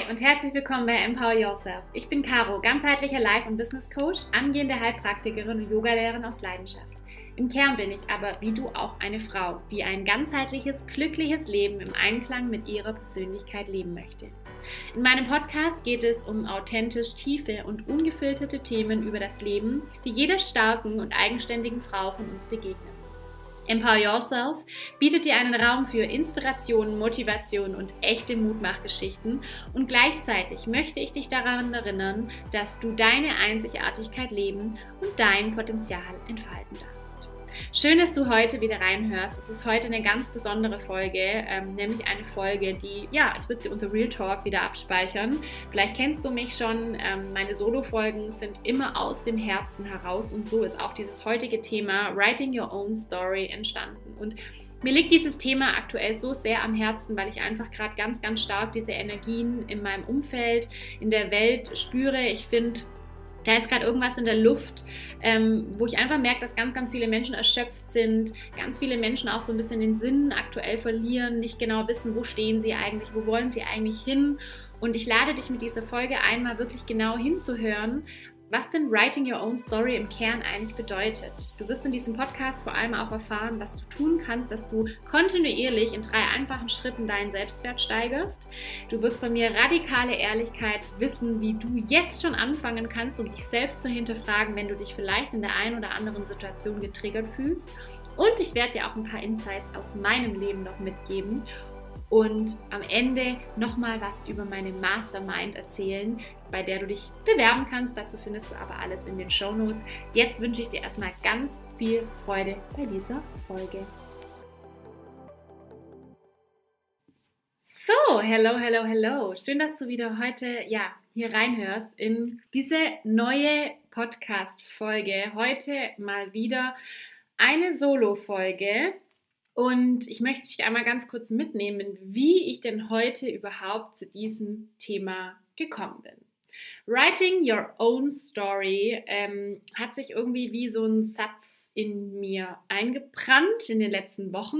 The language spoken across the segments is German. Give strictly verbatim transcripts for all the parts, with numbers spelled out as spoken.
Hi und herzlich willkommen bei Empower Yourself. Ich bin Caro, ganzheitlicher Life- und Business Coach, angehende Heilpraktikerin und Yogalehrerin aus Leidenschaft. Im Kern bin ich aber, wie du, auch eine Frau, die ein ganzheitliches, glückliches Leben im Einklang mit ihrer Persönlichkeit leben möchte. In meinem Podcast geht es um authentisch tiefe und ungefilterte Themen über das Leben, die jeder starken und eigenständigen Frau von uns begegnen. Empower Yourself bietet dir einen Raum für Inspiration, Motivation und echte Mutmachgeschichten und gleichzeitig möchte ich dich daran erinnern, dass du deine Einzigartigkeit leben und dein Potenzial entfalten darfst. Schön, dass du heute wieder reinhörst. Es ist heute eine ganz besondere Folge, ähm, nämlich eine Folge, die, ja, ich würde sie unter Real Talk wieder abspeichern. Vielleicht kennst du mich schon, ähm, meine Solo-Folgen sind immer aus dem Herzen heraus und so ist auch dieses heutige Thema Writing Your Own Story entstanden. Und mir liegt dieses Thema aktuell so sehr am Herzen, weil ich einfach gerade ganz, ganz stark diese Energien in meinem Umfeld, in der Welt spüre. Ich finde, da ist gerade irgendwas in der Luft, ähm, wo ich einfach merke, dass ganz, ganz viele Menschen erschöpft sind, ganz viele Menschen auch so ein bisschen den Sinn aktuell verlieren, nicht genau wissen, wo stehen sie eigentlich, wo wollen sie eigentlich hin. Und ich lade dich mit dieser Folge ein, mal wirklich genau hinzuhören, was denn Writing Your Own Story im Kern eigentlich bedeutet. Du wirst in diesem Podcast vor allem auch erfahren, was du tun kannst, dass du kontinuierlich in drei einfachen Schritten deinen Selbstwert steigerst. Du wirst von mir radikale Ehrlichkeit wissen, wie du jetzt schon anfangen kannst, um dich selbst zu hinterfragen, wenn du dich vielleicht in der einen oder anderen Situation getriggert fühlst. Und ich werde dir auch ein paar Insights aus meinem Leben noch mitgeben. Und am Ende nochmal was über meine Mastermind erzählen, bei der du dich bewerben kannst. Dazu findest du aber alles in den Shownotes. Jetzt wünsche ich dir erstmal ganz viel Freude bei dieser Folge. So, hello, hello, hello. Schön, dass du wieder heute ja, hier reinhörst in diese neue Podcast-Folge. Heute mal wieder eine Solo-Folge. Und ich möchte dich einmal ganz kurz mitnehmen, wie ich denn heute überhaupt zu diesem Thema gekommen bin. Writing Your Own Story ähm, hat sich irgendwie wie so ein Satz in mir eingebrannt in den letzten Wochen.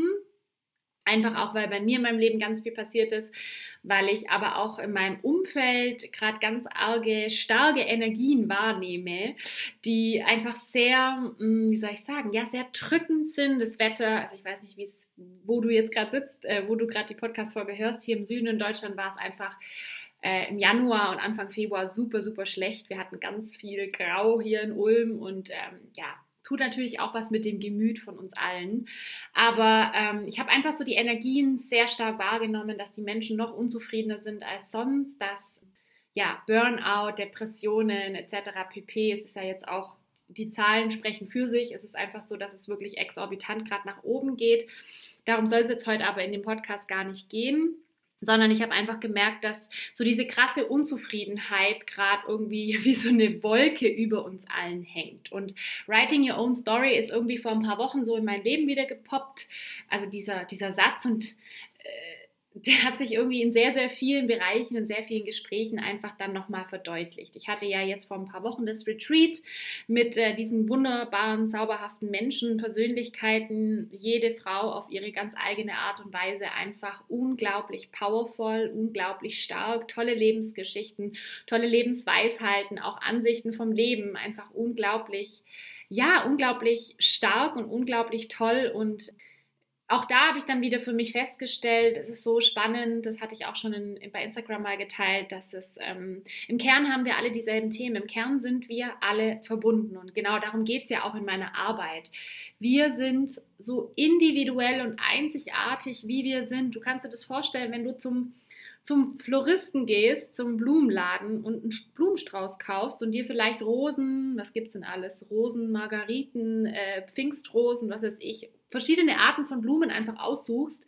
Einfach auch, weil bei mir in meinem Leben ganz viel passiert ist, weil ich aber auch in meinem Umfeld gerade ganz arge, starke Energien wahrnehme, die einfach sehr, wie soll ich sagen, ja, sehr drückend sind. Das Wetter, also ich weiß nicht, wie es, wo du jetzt gerade sitzt, äh, wo du gerade die Podcast-Folge hörst, hier im Süden in Deutschland war es einfach äh, im Januar und Anfang Februar super, super schlecht. Wir hatten ganz viel Grau hier in Ulm und ähm, ja, tut natürlich auch was mit dem Gemüt von uns allen. Aber ähm, ich habe einfach so die Energien sehr stark wahrgenommen, dass die Menschen noch unzufriedener sind als sonst, dass ja, Burnout, Depressionen et cetera pp. Es ist ja jetzt auch, die Zahlen sprechen für sich. Es ist einfach so, dass es wirklich exorbitant gerade nach oben geht. Darum soll es jetzt heute aber in dem Podcast gar nicht gehen, sondern ich habe einfach gemerkt, dass so diese krasse Unzufriedenheit gerade irgendwie wie so eine Wolke über uns allen hängt. Und Writing Your Own Story ist irgendwie vor ein paar Wochen so in mein Leben wieder gepoppt, also dieser, dieser Satz, und äh, der hat sich irgendwie in sehr, sehr vielen Bereichen, in sehr vielen Gesprächen einfach dann nochmal verdeutlicht. Ich hatte ja jetzt vor ein paar Wochen das Retreat mit äh, diesen wunderbaren, zauberhaften Menschen, Persönlichkeiten, jede Frau auf ihre ganz eigene Art und Weise einfach unglaublich powerful, unglaublich stark, tolle Lebensgeschichten, tolle Lebensweisheiten, auch Ansichten vom Leben, einfach unglaublich, ja, unglaublich stark und unglaublich toll. Und auch da habe ich dann wieder für mich festgestellt, es ist so spannend, das hatte ich auch schon in, in, bei Instagram mal geteilt, dass es ähm, im Kern haben wir alle dieselben Themen, im Kern sind wir alle verbunden und genau darum geht es ja auch in meiner Arbeit. Wir sind so individuell und einzigartig, wie wir sind. Du kannst dir das vorstellen, wenn du zum zum Floristen gehst, zum Blumenladen und einen Blumenstrauß kaufst und dir vielleicht Rosen, was gibt es denn alles, Rosen, Margariten, äh, Pfingstrosen, was weiß ich, verschiedene Arten von Blumen einfach aussuchst,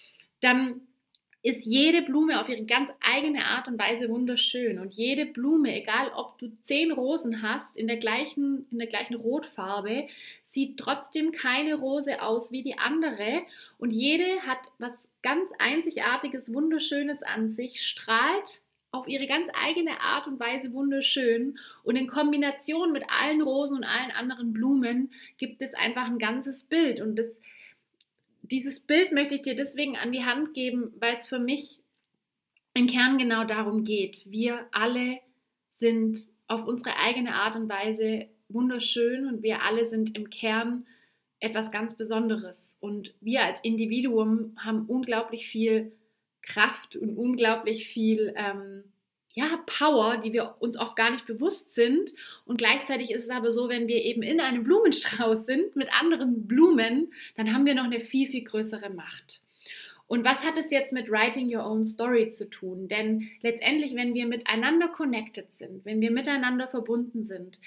dann ist jede Blume auf ihre ganz eigene Art und Weise wunderschön. Und jede Blume, egal ob du zehn Rosen hast, in der gleichen, in der gleichen Rotfarbe, sieht trotzdem keine Rose aus wie die andere. Und jede hat was ganz Einzigartiges, Wunderschönes an sich, strahlt auf ihre ganz eigene Art und Weise wunderschön. Und in Kombination mit allen Rosen und allen anderen Blumen gibt es einfach ein ganzes Bild. Und das Dieses Bild möchte ich dir deswegen an die Hand geben, weil es für mich im Kern genau darum geht. Wir alle sind auf unsere eigene Art und Weise wunderschön und wir alle sind im Kern etwas ganz Besonderes. Und wir als Individuum haben unglaublich viel Kraft und unglaublich viel ähm, ja, Power, die wir uns oft gar nicht bewusst sind. Und gleichzeitig ist es aber so, wenn wir eben in einem Blumenstrauß sind mit anderen Blumen, dann haben wir noch eine viel, viel größere Macht. Und was hat es jetzt mit Writing Your Own Story zu tun? Denn letztendlich, wenn wir miteinander connected sind, wenn wir miteinander verbunden sind,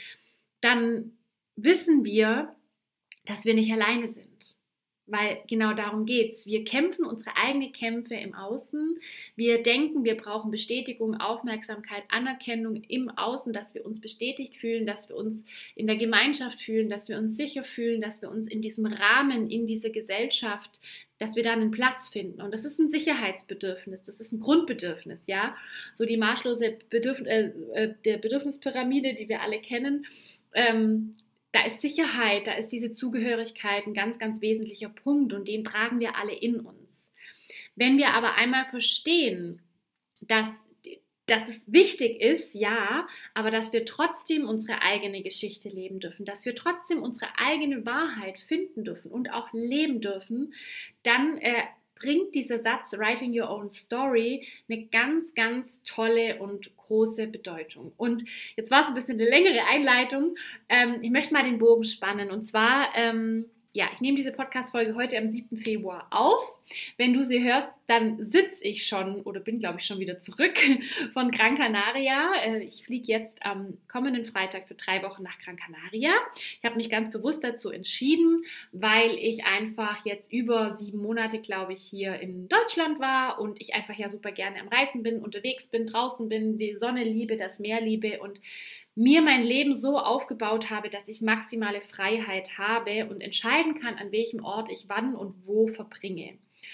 dann wissen wir, dass wir nicht alleine sind. Weil genau darum geht's. Wir kämpfen unsere eigenen Kämpfe im Außen. Wir denken, wir brauchen Bestätigung, Aufmerksamkeit, Anerkennung im Außen, dass wir uns bestätigt fühlen, dass wir uns in der Gemeinschaft fühlen, dass wir uns sicher fühlen, dass wir uns in diesem Rahmen, in dieser Gesellschaft, dass wir da einen Platz finden. Und das ist ein Sicherheitsbedürfnis, das ist ein Grundbedürfnis, ja. So die maßlose Bedürf- äh, der Bedürfnispyramide, die wir alle kennen, ähm, da ist Sicherheit, da ist diese Zugehörigkeit ein ganz, ganz wesentlicher Punkt und den tragen wir alle in uns. Wenn wir aber einmal verstehen, dass, dass es wichtig ist, ja, aber dass wir trotzdem unsere eigene Geschichte leben dürfen, dass wir trotzdem unsere eigene Wahrheit finden dürfen und auch leben dürfen, dann äh, bringt dieser Satz Writing Your Own Story eine ganz, ganz tolle und große Bedeutung. Und jetzt war es ein bisschen eine längere Einleitung. Ähm, ich möchte mal den Bogen spannen. Und zwar, ähm, ja, ich nehme diese Podcast-Folge heute am siebten Februar auf. Wenn du sie hörst, dann sitze ich schon oder bin, glaube ich, schon wieder zurück von Gran Canaria. Ich fliege jetzt am kommenden Freitag für drei Wochen nach Gran Canaria. Ich habe mich ganz bewusst dazu entschieden, weil ich einfach jetzt über sieben Monate, glaube ich, hier in Deutschland war und ich einfach ja super gerne am Reisen bin, unterwegs bin, draußen bin, die Sonne liebe, das Meer liebe und mir mein Leben so aufgebaut habe, dass ich maximale Freiheit habe und entscheiden kann, an welchem Ort ich wann und wo verbringe.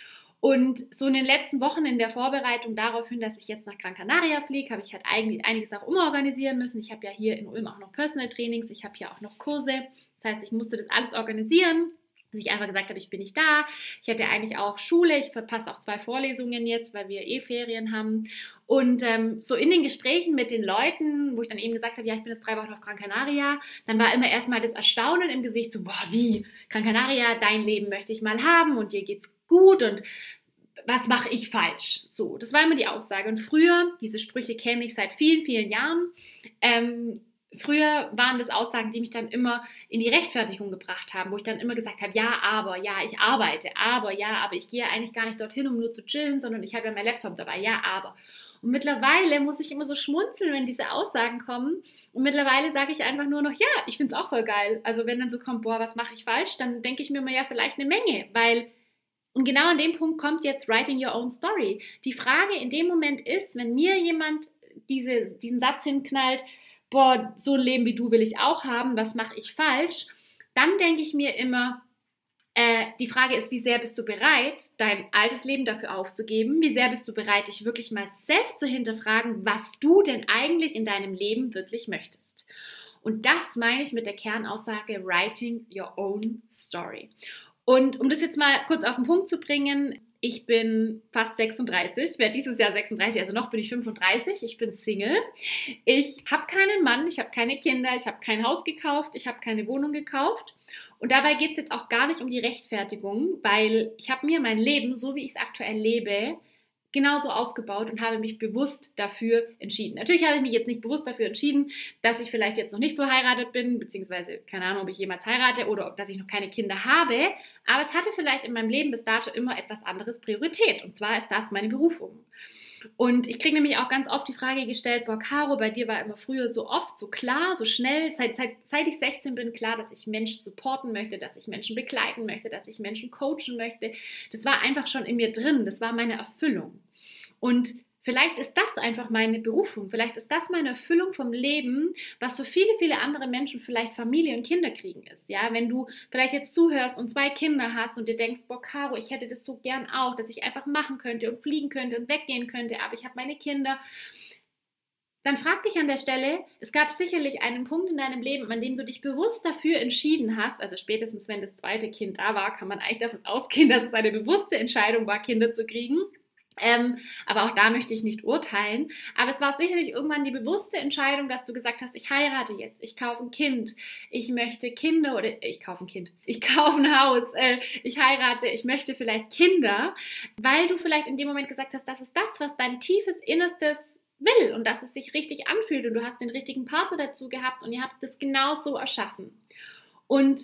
Und so in den letzten Wochen in der Vorbereitung darauf hin, dass ich jetzt nach Gran Canaria fliege, habe ich halt eigentlich einiges auch umorganisieren müssen. Ich habe ja hier in Ulm auch noch Personal Trainings, ich habe hier auch noch Kurse. Das heißt, ich musste das alles organisieren, dass ich einfach gesagt habe, ich bin nicht da. Ich hatte eigentlich auch Schule, ich verpasse auch zwei Vorlesungen jetzt, weil wir eh Ferien haben. Und ähm, so in den Gesprächen mit den Leuten, wo ich dann eben gesagt habe, ja, ich bin jetzt drei Wochen auf Gran Canaria, dann war immer erstmal das Erstaunen im Gesicht, so, boah, wie, Gran Canaria, dein Leben möchte ich mal haben und dir geht's gut und was mache ich falsch? So, das war immer die Aussage. Und früher, diese Sprüche kenne ich seit vielen, vielen Jahren, ähm, früher waren das Aussagen, die mich dann immer in die Rechtfertigung gebracht haben, wo ich dann immer gesagt habe, ja, aber, ja, ich arbeite, aber, ja, aber ich gehe eigentlich gar nicht dorthin, um nur zu chillen, sondern ich habe ja meinen Laptop dabei, ja, aber. Und mittlerweile muss ich immer so schmunzeln, wenn diese Aussagen kommen. Und mittlerweile sage ich einfach nur noch, ja, ich finde es auch voll geil. Also wenn dann so kommt, boah, was mache ich falsch, dann denke ich mir mal, ja, vielleicht eine Menge, weil und genau an dem Punkt kommt jetzt Writing Your Own Story. Die Frage in dem Moment ist, wenn mir jemand diese, diesen Satz hinknallt, boah, so ein Leben wie du will ich auch haben, was mache ich falsch? Dann denke ich mir immer, äh, die Frage ist, wie sehr bist du bereit, dein altes Leben dafür aufzugeben? Wie sehr bist du bereit, dich wirklich mal selbst zu hinterfragen, was du denn eigentlich in deinem Leben wirklich möchtest? Und das meine ich mit der Kernaussage Writing Your Own Story. Und um das jetzt mal kurz auf den Punkt zu bringen, ich bin fast sechsunddreißig, werde dieses Jahr sechsunddreißig, also noch bin ich fünfunddreißig, ich bin Single. Ich habe keinen Mann, ich habe keine Kinder, ich habe kein Haus gekauft, ich habe keine Wohnung gekauft. Und dabei geht es jetzt auch gar nicht um die Rechtfertigung, weil ich habe mir mein Leben, so wie ich es aktuell lebe, genauso aufgebaut und habe mich bewusst dafür entschieden. Natürlich habe ich mich jetzt nicht bewusst dafür entschieden, dass ich vielleicht jetzt noch nicht verheiratet bin, beziehungsweise keine Ahnung, ob ich jemals heirate oder ob dass ich noch keine Kinder habe, aber es hatte vielleicht in meinem Leben bis dato immer etwas anderes Priorität und zwar ist das meine Berufung. Und ich kriege nämlich auch ganz oft die Frage gestellt, boah, Caro, bei dir war immer früher so oft, so klar, so schnell, seit, seit, seit ich sechzehn bin, klar, dass ich Menschen supporten möchte, dass ich Menschen begleiten möchte, dass ich Menschen coachen möchte. Das war einfach schon in mir drin, das war meine Erfüllung. Und vielleicht ist das einfach meine Berufung, vielleicht ist das meine Erfüllung vom Leben, was für viele, viele andere Menschen vielleicht Familie und Kinder kriegen ist. Ja, wenn du vielleicht jetzt zuhörst und zwei Kinder hast und dir denkst, boah, Caro, ich hätte das so gern auch, dass ich einfach machen könnte und fliegen könnte und weggehen könnte, aber ich habe meine Kinder. Dann frag dich an der Stelle, es gab sicherlich einen Punkt in deinem Leben, an dem du dich bewusst dafür entschieden hast, also spätestens wenn das zweite Kind da war, kann man eigentlich davon ausgehen, dass es eine bewusste Entscheidung war, Kinder zu kriegen. Ähm, aber auch da möchte ich nicht urteilen. Aber es war sicherlich irgendwann die bewusste Entscheidung, dass du gesagt hast, ich heirate jetzt, ich kaufe ein Kind, ich möchte Kinder oder ich kaufe ein Kind, ich kaufe ein Haus, äh, ich heirate, ich möchte vielleicht Kinder, weil du vielleicht in dem Moment gesagt hast, das ist das, was dein tiefes Innerstes will und dass es sich richtig anfühlt und du hast den richtigen Partner dazu gehabt und ihr habt das genau so erschaffen. Und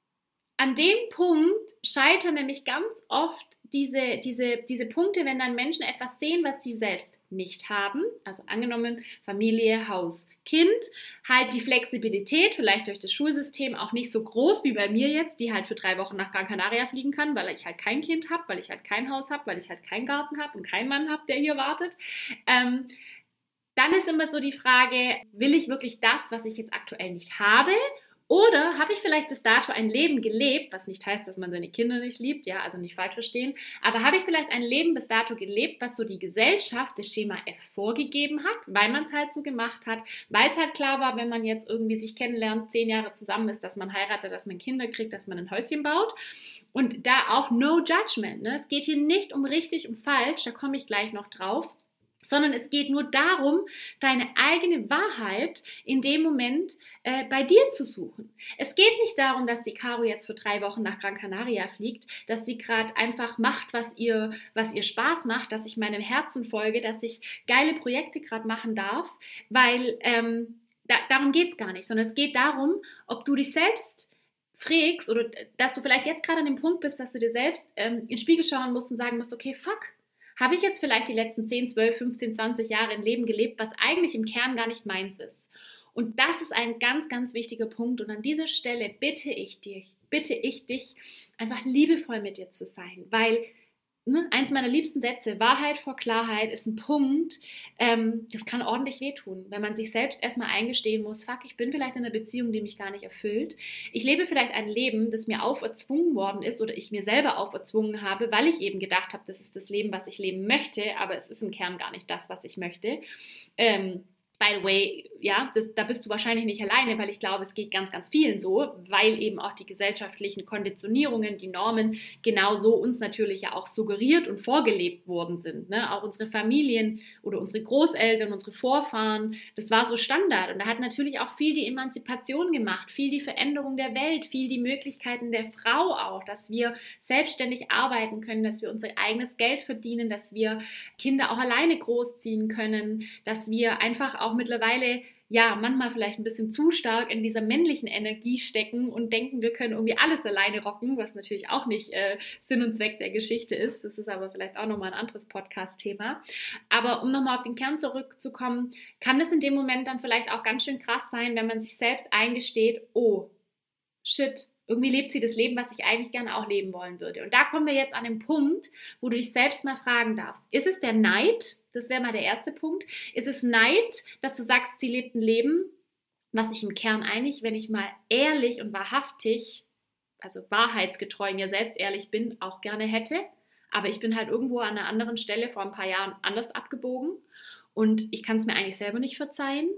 an dem Punkt scheitern nämlich ganz oft diese, diese, diese Punkte, wenn dann Menschen etwas sehen, was sie selbst nicht haben. Also angenommen Familie, Haus, Kind, halt die Flexibilität, vielleicht durch das Schulsystem auch nicht so groß wie bei mir jetzt, die halt für drei Wochen nach Gran Canaria fliegen kann, weil ich halt kein Kind habe, weil ich halt kein Haus habe, weil ich halt keinen Garten habe und keinen Mann habe, der hier wartet. Ähm, dann ist immer so die Frage, will ich wirklich das, was ich jetzt aktuell nicht habe? Oder habe ich vielleicht bis dato ein Leben gelebt, was nicht heißt, dass man seine Kinder nicht liebt, ja, also nicht falsch verstehen, aber habe ich vielleicht ein Leben bis dato gelebt, was so die Gesellschaft, das Schema F vorgegeben hat, weil man es halt so gemacht hat, weil es halt klar war, wenn man jetzt irgendwie sich kennenlernt, zehn Jahre zusammen ist, dass man heiratet, dass man Kinder kriegt, dass man ein Häuschen baut. Und da auch no judgment, ne? Es geht hier nicht um richtig und falsch, da komme ich gleich noch drauf, sondern es geht nur darum, deine eigene Wahrheit in dem Moment äh, bei dir zu suchen. Es geht nicht darum, dass die Caro jetzt für drei Wochen nach Gran Canaria fliegt, dass sie gerade einfach macht, was ihr, was ihr Spaß macht, dass ich meinem Herzen folge, dass ich geile Projekte gerade machen darf, weil ähm, da, darum geht es gar nicht, sondern es geht darum, ob du dich selbst fragst oder dass du vielleicht jetzt gerade an dem Punkt bist, dass du dir selbst ähm, in den Spiegel schauen musst und sagen musst, okay, fuck, habe ich jetzt vielleicht die letzten zehn, zwölf, fünfzehn, zwanzig Jahre ein Leben gelebt, was eigentlich im Kern gar nicht meins ist. Und das ist ein ganz, ganz wichtiger Punkt. Und an dieser Stelle bitte ich dich, bitte ich dich, einfach liebevoll mit dir zu sein, weil ne, eins meiner liebsten Sätze, Wahrheit vor Klarheit, ist ein Punkt, ähm, das kann ordentlich wehtun, wenn man sich selbst erstmal eingestehen muss, fuck, ich bin vielleicht in einer Beziehung, die mich gar nicht erfüllt. Ich lebe vielleicht ein Leben, das mir auferzwungen worden ist oder ich mir selber auferzwungen habe, weil ich eben gedacht habe, das ist das Leben, was ich leben möchte, aber es ist im Kern gar nicht das, was ich möchte. Ähm, By the way, ja, das, da bist du wahrscheinlich nicht alleine, weil ich glaube, es geht ganz, ganz vielen so, weil eben auch die gesellschaftlichen Konditionierungen, die Normen genauso uns natürlich ja auch suggeriert und vorgelebt worden sind. Ne? Auch unsere Familien oder unsere Großeltern, unsere Vorfahren, das war so Standard. Und da hat natürlich auch viel die Emanzipation gemacht, viel die Veränderung der Welt, viel die Möglichkeiten der Frau auch, dass wir selbstständig arbeiten können, dass wir unser eigenes Geld verdienen, dass wir Kinder auch alleine großziehen können, dass wir einfach auch auch mittlerweile ja manchmal vielleicht ein bisschen zu stark in dieser männlichen Energie stecken und denken, wir können irgendwie alles alleine rocken, was natürlich auch nicht äh, Sinn und Zweck der Geschichte ist. Das ist aber vielleicht auch nochmal ein anderes Podcast-Thema. Aber um nochmal auf den Kern zurückzukommen, kann es in dem Moment dann vielleicht auch ganz schön krass sein, wenn man sich selbst eingesteht, oh, shit, irgendwie lebt sie das Leben, was ich eigentlich gerne auch leben wollen würde. Und da kommen wir jetzt an den Punkt, wo du dich selbst mal fragen darfst, ist es der Neid? Das wäre mal der erste Punkt. Ist es Neid, dass du sagst, sie lebt ein Leben, was ich im Kern eigentlich, wenn ich mal ehrlich und wahrhaftig, also wahrheitsgetreu mir selbst ehrlich bin, auch gerne hätte. Aber ich bin halt irgendwo an einer anderen Stelle vor ein paar Jahren anders abgebogen und ich kann es mir eigentlich selber nicht verzeihen.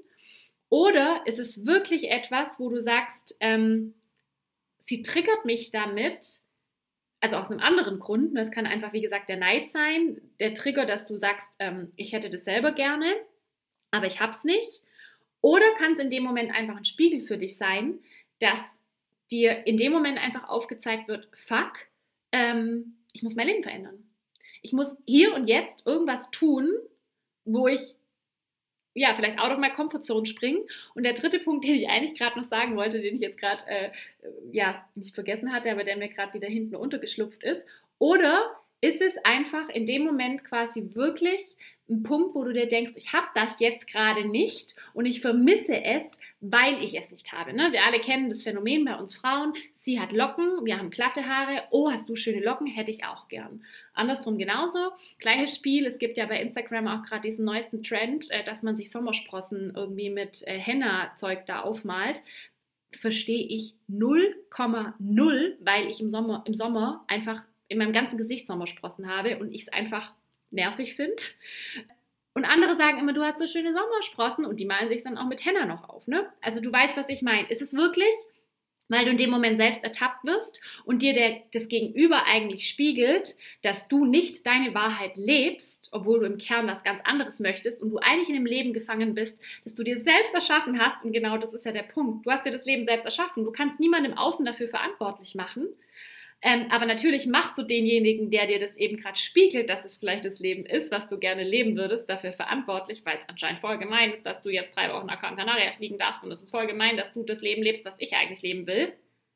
Oder ist es wirklich etwas, wo du sagst, ähm, sie triggert mich damit, also aus einem anderen Grund, das kann einfach, wie gesagt, der Neid sein, der Trigger, dass du sagst, ähm, ich hätte das selber gerne, aber ich hab's nicht. Oder kann es in dem Moment einfach ein Spiegel für dich sein, dass dir in dem Moment einfach aufgezeigt wird, fuck, ähm, ich muss mein Leben verändern. Ich muss hier und jetzt irgendwas tun, wo ich ja, vielleicht out of my comfort zone springen. Und der dritte Punkt, den ich eigentlich gerade noch sagen wollte, den ich jetzt gerade äh, ja, nicht vergessen hatte, aber der mir gerade wieder hinten untergeschlupft ist. Oder ist es einfach in dem Moment quasi wirklich ein Punkt, wo du dir denkst, ich habe das jetzt gerade nicht und ich vermisse es, weil ich es nicht habe. Ne? Wir alle kennen das Phänomen bei uns Frauen. Sie hat Locken, wir haben glatte Haare. Oh, hast du schöne Locken? Hätte ich auch gern. Andersrum genauso. Gleiches Spiel. Es gibt ja bei Instagram auch gerade diesen neuesten Trend, dass man sich Sommersprossen irgendwie mit Henna-Zeug da aufmalt. Verstehe ich null Komma null, weil ich im Sommer, im Sommer einfach in meinem ganzen Gesicht Sommersprossen habe und ich es einfach nervig finde. Und andere sagen immer, du hast so schöne Sommersprossen und die malen sich dann auch mit Henna noch auf. Ne? Also du weißt, was ich meine. Ist es wirklich weil du in dem Moment selbst ertappt wirst und dir der, das Gegenüber eigentlich spiegelt, dass du nicht deine Wahrheit lebst, obwohl du im Kern was ganz anderes möchtest und du eigentlich in dem Leben gefangen bist, das du dir selbst erschaffen hast. Und genau das ist ja der Punkt. Du hast dir das Leben selbst erschaffen. Du kannst niemanden im Außen dafür verantwortlich machen. Ähm, aber natürlich machst du denjenigen, der dir das eben gerade spiegelt, dass es vielleicht das Leben ist, was du gerne leben würdest, dafür verantwortlich, weil es anscheinend voll gemein ist, dass du jetzt drei Wochen nach Gran Canaria fliegen darfst und es ist voll gemein, dass du das Leben lebst, was ich eigentlich leben will.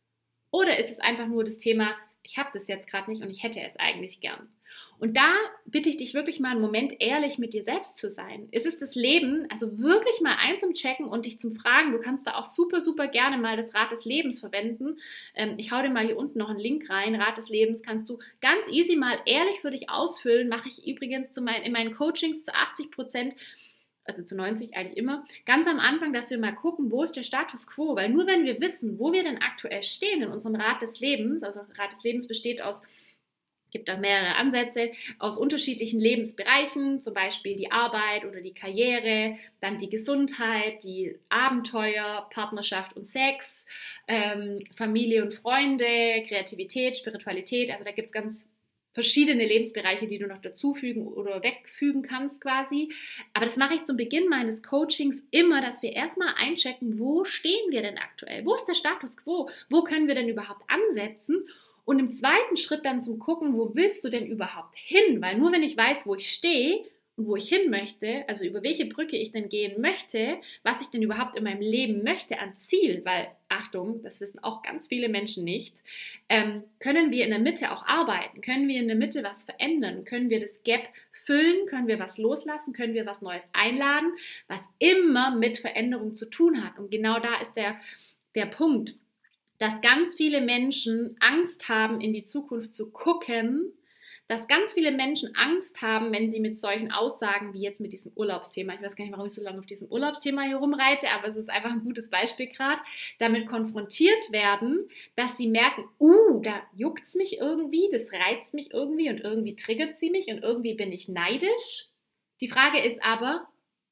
Oder ist es einfach nur das Thema, ich habe das jetzt gerade nicht und ich hätte es eigentlich gern. Und da bitte ich dich wirklich mal einen Moment ehrlich mit dir selbst zu sein. Ist es das Leben, also wirklich mal einzuchecken und dich zum Fragen, du kannst da auch super, super gerne mal das Rad des Lebens verwenden. Ähm, ich hau dir mal hier unten noch einen Link rein, Rad des Lebens kannst du ganz easy mal ehrlich für dich ausfüllen, mache ich übrigens zu mein, in meinen Coachings zu achtzig Prozent, also zu neunzig eigentlich immer, ganz am Anfang, dass wir mal gucken, wo ist der Status quo, weil nur wenn wir wissen, wo wir denn aktuell stehen in unserem Rad des Lebens, also Rad des Lebens besteht aus, gibt auch mehrere Ansätze aus unterschiedlichen Lebensbereichen, zum Beispiel die Arbeit oder die Karriere, dann die Gesundheit, die Abenteuer, Partnerschaft und Sex, ähm, Familie und Freunde, Kreativität, Spiritualität, also da gibt es ganz verschiedene Lebensbereiche, die du noch dazufügen oder wegfügen kannst quasi. Aber das mache ich zum Beginn meines Coachings immer, dass wir erstmal einchecken, wo stehen wir denn aktuell? Wo ist der Status quo? Wo können wir denn überhaupt ansetzen? Und im zweiten Schritt dann zum Gucken, wo willst du denn überhaupt hin? Weil nur wenn ich weiß, wo ich stehe und wo ich hin möchte, also über welche Brücke ich denn gehen möchte, was ich denn überhaupt in meinem Leben möchte an Ziel, weil, Achtung, das wissen auch ganz viele Menschen nicht, ähm, können wir in der Mitte auch arbeiten, können wir in der Mitte was verändern, können wir das Gap füllen, können wir was loslassen, können wir was Neues einladen, was immer mit Veränderung zu tun hat. Und genau da ist der, der Punkt, dass ganz viele Menschen Angst haben, in die Zukunft zu gucken, dass ganz viele Menschen Angst haben, wenn sie mit solchen Aussagen wie jetzt mit diesem Urlaubsthema, ich weiß gar nicht, warum ich so lange auf diesem Urlaubsthema hier rumreite, aber es ist einfach ein gutes Beispiel gerade, damit konfrontiert werden, dass sie merken, uh, da juckt es mich irgendwie, das reizt mich irgendwie und irgendwie triggert sie mich und irgendwie bin ich neidisch. Die Frage ist aber,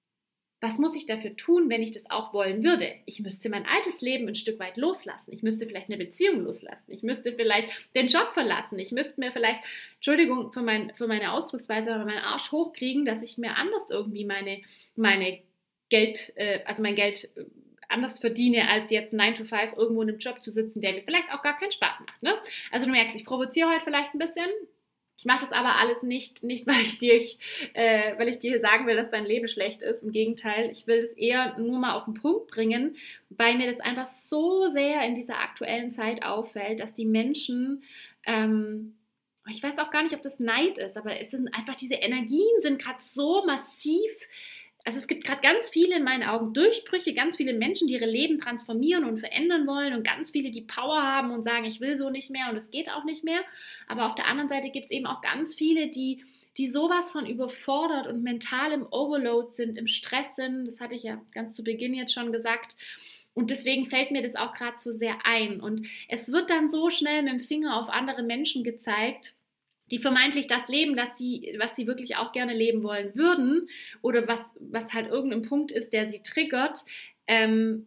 was muss ich dafür tun, wenn ich das auch wollen würde? Ich müsste mein altes Leben ein Stück weit loslassen. Ich müsste vielleicht eine Beziehung loslassen. Ich müsste vielleicht den Job verlassen. Ich müsste mir vielleicht, Entschuldigung für, mein, für meine Ausdrucksweise, aber meinen Arsch hochkriegen, dass ich mir anders irgendwie meine, meine Geld, äh, also mein Geld äh, anders verdiene, als jetzt nine to five irgendwo in einem Job zu sitzen, der mir vielleicht auch gar keinen Spaß macht. Ne? Also du merkst, ich provoziere heute vielleicht ein bisschen. Ich mache das aber alles nicht, nicht weil, ich dir, äh, weil ich dir sagen will, dass dein Leben schlecht ist. Im Gegenteil, ich will es eher nur mal auf den Punkt bringen, weil mir das einfach so sehr in dieser aktuellen Zeit auffällt, dass die Menschen, ähm, ich weiß auch gar nicht, ob das Neid ist, aber es sind einfach, diese Energien sind gerade so massiv. Also es gibt gerade ganz viele in meinen Augen Durchbrüche, ganz viele Menschen, die ihre Leben transformieren und verändern wollen und ganz viele, die Power haben und sagen, ich will so nicht mehr und es geht auch nicht mehr. Aber auf der anderen Seite gibt es eben auch ganz viele, die, die sowas von überfordert und mental im Overload sind, im Stress sind. Das hatte ich ja ganz zu Beginn jetzt schon gesagt. Und deswegen fällt mir das auch gerade so sehr ein. Und es wird dann so schnell mit dem Finger auf andere Menschen gezeigt, die vermeintlich das leben, das sie, was sie wirklich auch gerne leben wollen würden oder was, was halt irgendein Punkt ist, der sie triggert, ähm,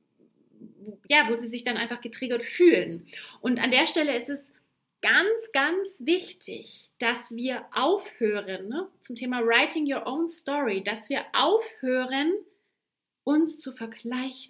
ja, wo sie sich dann einfach getriggert fühlen. Und an der Stelle ist es ganz, ganz wichtig, dass wir aufhören, ne, zum Thema Writing Your Own Story, dass wir aufhören, uns zu vergleichen.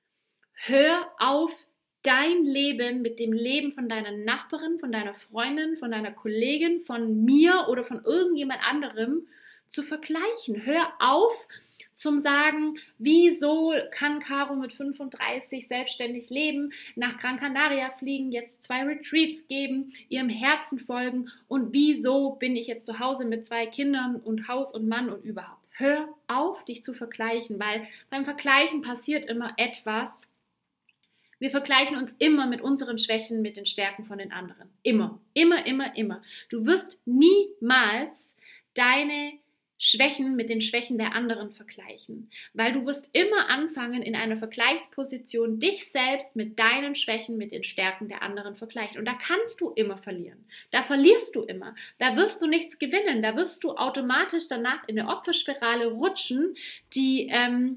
Hör auf, dein Leben mit dem Leben von deiner Nachbarin, von deiner Freundin, von deiner Kollegin, von mir oder von irgendjemand anderem zu vergleichen. Hör auf zum Sagen, wieso kann Caro mit fünfunddreißig selbstständig leben, nach Gran Canaria fliegen, jetzt zwei Retreats geben, ihrem Herzen folgen und wieso bin ich jetzt zu Hause mit zwei Kindern und Haus und Mann und überhaupt. Hör auf, dich zu vergleichen, weil beim Vergleichen passiert immer etwas. Wir vergleichen uns immer mit unseren Schwächen, mit den Stärken von den anderen. Immer, immer, immer, immer. Du wirst niemals deine Schwächen mit den Schwächen der anderen vergleichen, weil du wirst immer anfangen, in einer Vergleichsposition dich selbst mit deinen Schwächen, mit den Stärken der anderen vergleichen. Und da kannst du immer verlieren. Da verlierst du immer. Da wirst du nichts gewinnen. Da wirst du automatisch danach in eine Opferspirale rutschen, die, ähm,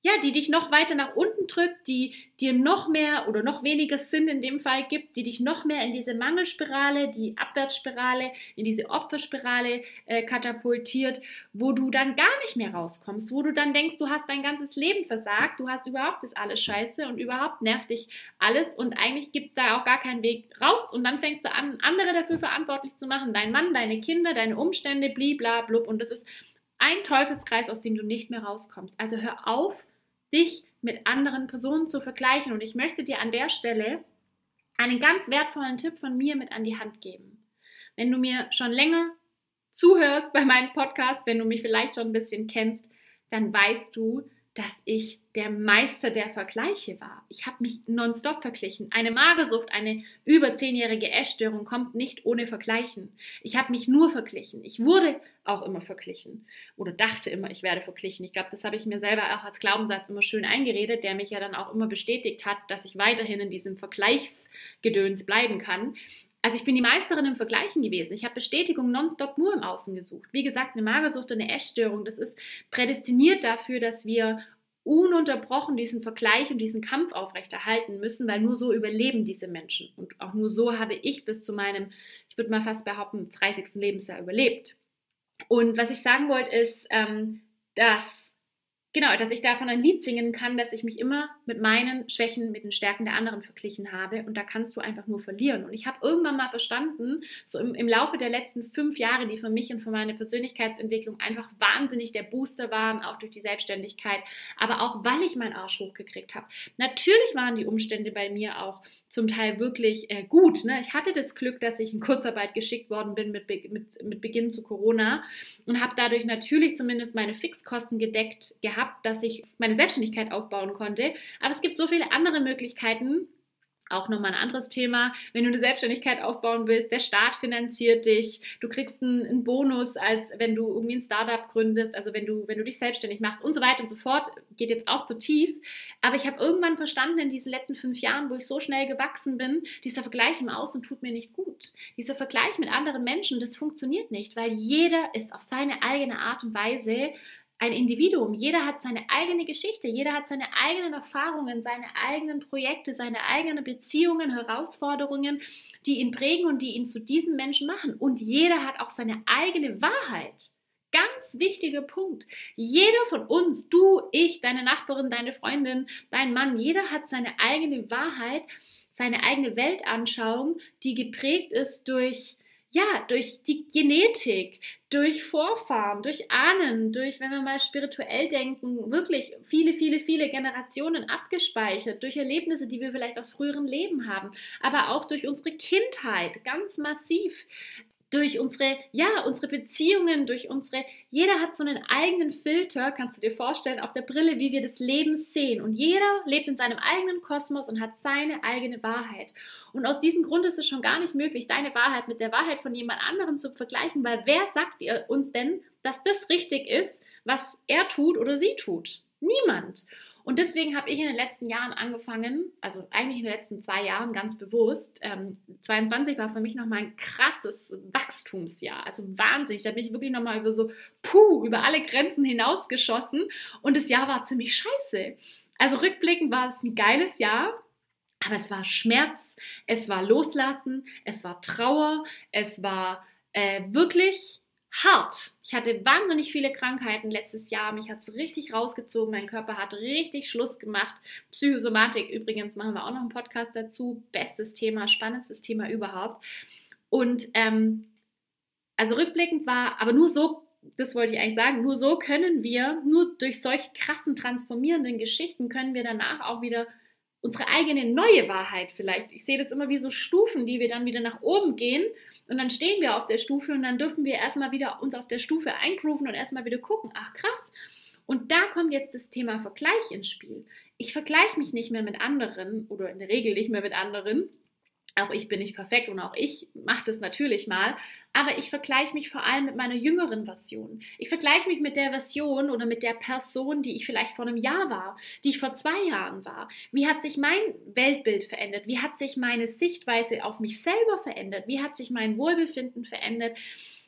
ja, die dich noch weiter nach unten drückt, die dir noch mehr oder noch weniger Sinn in dem Fall gibt, die dich noch mehr in diese Mangelspirale, die Abwärtsspirale, in diese Opferspirale äh, katapultiert, wo du dann gar nicht mehr rauskommst, wo du dann denkst, du hast dein ganzes Leben versagt, du hast überhaupt das alles scheiße und überhaupt nervt dich alles und eigentlich gibt es da auch gar keinen Weg raus und dann fängst du an, andere dafür verantwortlich zu machen, dein Mann, deine Kinder, deine Umstände, bliblablub und das ist ein Teufelskreis, aus dem du nicht mehr rauskommst. Also hör auf, dich mit anderen Personen zu vergleichen. Und ich möchte dir an der Stelle einen ganz wertvollen Tipp von mir mit an die Hand geben. Wenn du mir schon länger zuhörst bei meinem Podcast, wenn du mich vielleicht schon ein bisschen kennst, dann weißt du, dass ich der Meister der Vergleiche war. Ich habe mich nonstop verglichen. Eine Magersucht, eine über zehnjährige Essstörung kommt nicht ohne Vergleichen. Ich habe mich nur verglichen. Ich wurde auch immer verglichen oder dachte immer, ich werde verglichen. Ich glaube, das habe ich mir selber auch als Glaubenssatz immer schön eingeredet, der mich ja dann auch immer bestätigt hat, dass ich weiterhin in diesem Vergleichsgedöns bleiben kann. Also ich bin die Meisterin im Vergleichen gewesen. Ich habe Bestätigung nonstop nur im Außen gesucht. Wie gesagt, eine Magersucht und eine Essstörung, das ist prädestiniert dafür, dass wir ununterbrochen diesen Vergleich und diesen Kampf aufrechterhalten müssen, weil nur so überleben diese Menschen. Und auch nur so habe ich bis zu meinem, ich würde mal fast behaupten, dreißigsten Lebensjahr überlebt. Und was ich sagen wollte ist, ähm, dass Genau, dass ich davon ein Lied singen kann, dass ich mich immer mit meinen Schwächen, mit den Stärken der anderen verglichen habe und da kannst du einfach nur verlieren. Und ich habe irgendwann mal verstanden, so im, im Laufe der letzten fünf Jahre, die für mich und für meine Persönlichkeitsentwicklung einfach wahnsinnig der Booster waren, auch durch die Selbstständigkeit, aber auch, weil ich meinen Arsch hochgekriegt habe. Natürlich waren die Umstände bei mir auch zum Teil wirklich äh, gut. Ne? Ich hatte das Glück, dass ich in Kurzarbeit geschickt worden bin mit, Be- mit, mit Beginn zu Corona und habe dadurch natürlich zumindest meine Fixkosten gedeckt gehabt, dass ich meine Selbstständigkeit aufbauen konnte. Aber es gibt so viele andere Möglichkeiten, auch nochmal ein anderes Thema, wenn du eine Selbstständigkeit aufbauen willst, der Staat finanziert dich, du kriegst einen, einen Bonus, als wenn du irgendwie ein Startup gründest, also wenn du, wenn du dich selbstständig machst und so weiter und so fort, geht jetzt auch zu tief, aber ich habe irgendwann verstanden in diesen letzten fünf Jahren, wo ich so schnell gewachsen bin, dieser Vergleich im Außen tut mir nicht gut. Dieser Vergleich mit anderen Menschen, das funktioniert nicht, weil jeder ist auf seine eigene Art und Weise ein Individuum. Jeder hat seine eigene Geschichte, jeder hat seine eigenen Erfahrungen, seine eigenen Projekte, seine eigenen Beziehungen, Herausforderungen, die ihn prägen und die ihn zu diesem Menschen machen. Und jeder hat auch seine eigene Wahrheit. Ganz wichtiger Punkt. Jeder von uns, du, ich, deine Nachbarin, deine Freundin, dein Mann, jeder hat seine eigene Wahrheit, seine eigene Weltanschauung, die geprägt ist durch Ja, durch die Genetik, durch Vorfahren, durch Ahnen, durch, wenn wir mal spirituell denken, wirklich viele, viele, viele Generationen abgespeichert, durch Erlebnisse, die wir vielleicht aus früheren Leben haben, aber auch durch unsere Kindheit, ganz massiv, durch unsere, ja, unsere Beziehungen, durch unsere, jeder hat so einen eigenen Filter, kannst du dir vorstellen, auf der Brille, wie wir das Leben sehen. Und jeder lebt in seinem eigenen Kosmos und hat seine eigene Wahrheit. Und aus diesem Grund ist es schon gar nicht möglich, deine Wahrheit mit der Wahrheit von jemand anderem zu vergleichen, weil wer sagt ihr uns denn, dass das richtig ist, was er tut oder sie tut? Niemand. Und deswegen habe ich in den letzten Jahren angefangen, also eigentlich in den letzten zwei Jahren ganz bewusst, ähm, zweiundzwanzig war für mich nochmal ein krasses Wachstumsjahr, also wahnsinnig, da bin ich wirklich nochmal über so, puh, über alle Grenzen hinausgeschossen und das Jahr war ziemlich scheiße. Also rückblickend war es ein geiles Jahr, aber es war Schmerz, es war Loslassen, es war Trauer, es war äh, wirklich hart. Ich hatte wahnsinnig viele Krankheiten letztes Jahr. Mich hat es richtig rausgezogen. Mein Körper hat richtig Schluss gemacht. Psychosomatik übrigens machen wir auch noch einen Podcast dazu. Bestes Thema, spannendstes Thema überhaupt. Und ähm, also rückblickend war, aber nur so, das wollte ich eigentlich sagen, nur so können wir, nur durch solche krassen transformierenden Geschichten können wir danach auch wieder unsere eigene neue Wahrheit vielleicht. Ich sehe das immer wie so Stufen, die wir dann wieder nach oben gehen und dann stehen wir auf der Stufe und dann dürfen wir erstmal wieder uns auf der Stufe eingrooven und erstmal wieder gucken, ach krass. Und da kommt jetzt das Thema Vergleich ins Spiel. Ich vergleiche mich nicht mehr mit anderen oder in der Regel nicht mehr mit anderen. Auch ich bin nicht perfekt und auch ich mache das natürlich mal, aber ich vergleiche mich vor allem mit meiner jüngeren Version. Ich vergleiche mich mit der Version oder mit der Person, die ich vielleicht vor einem Jahr war, die ich vor zwei Jahren war. Wie hat sich mein Weltbild verändert? Wie hat sich meine Sichtweise auf mich selber verändert? Wie hat sich mein Wohlbefinden verändert?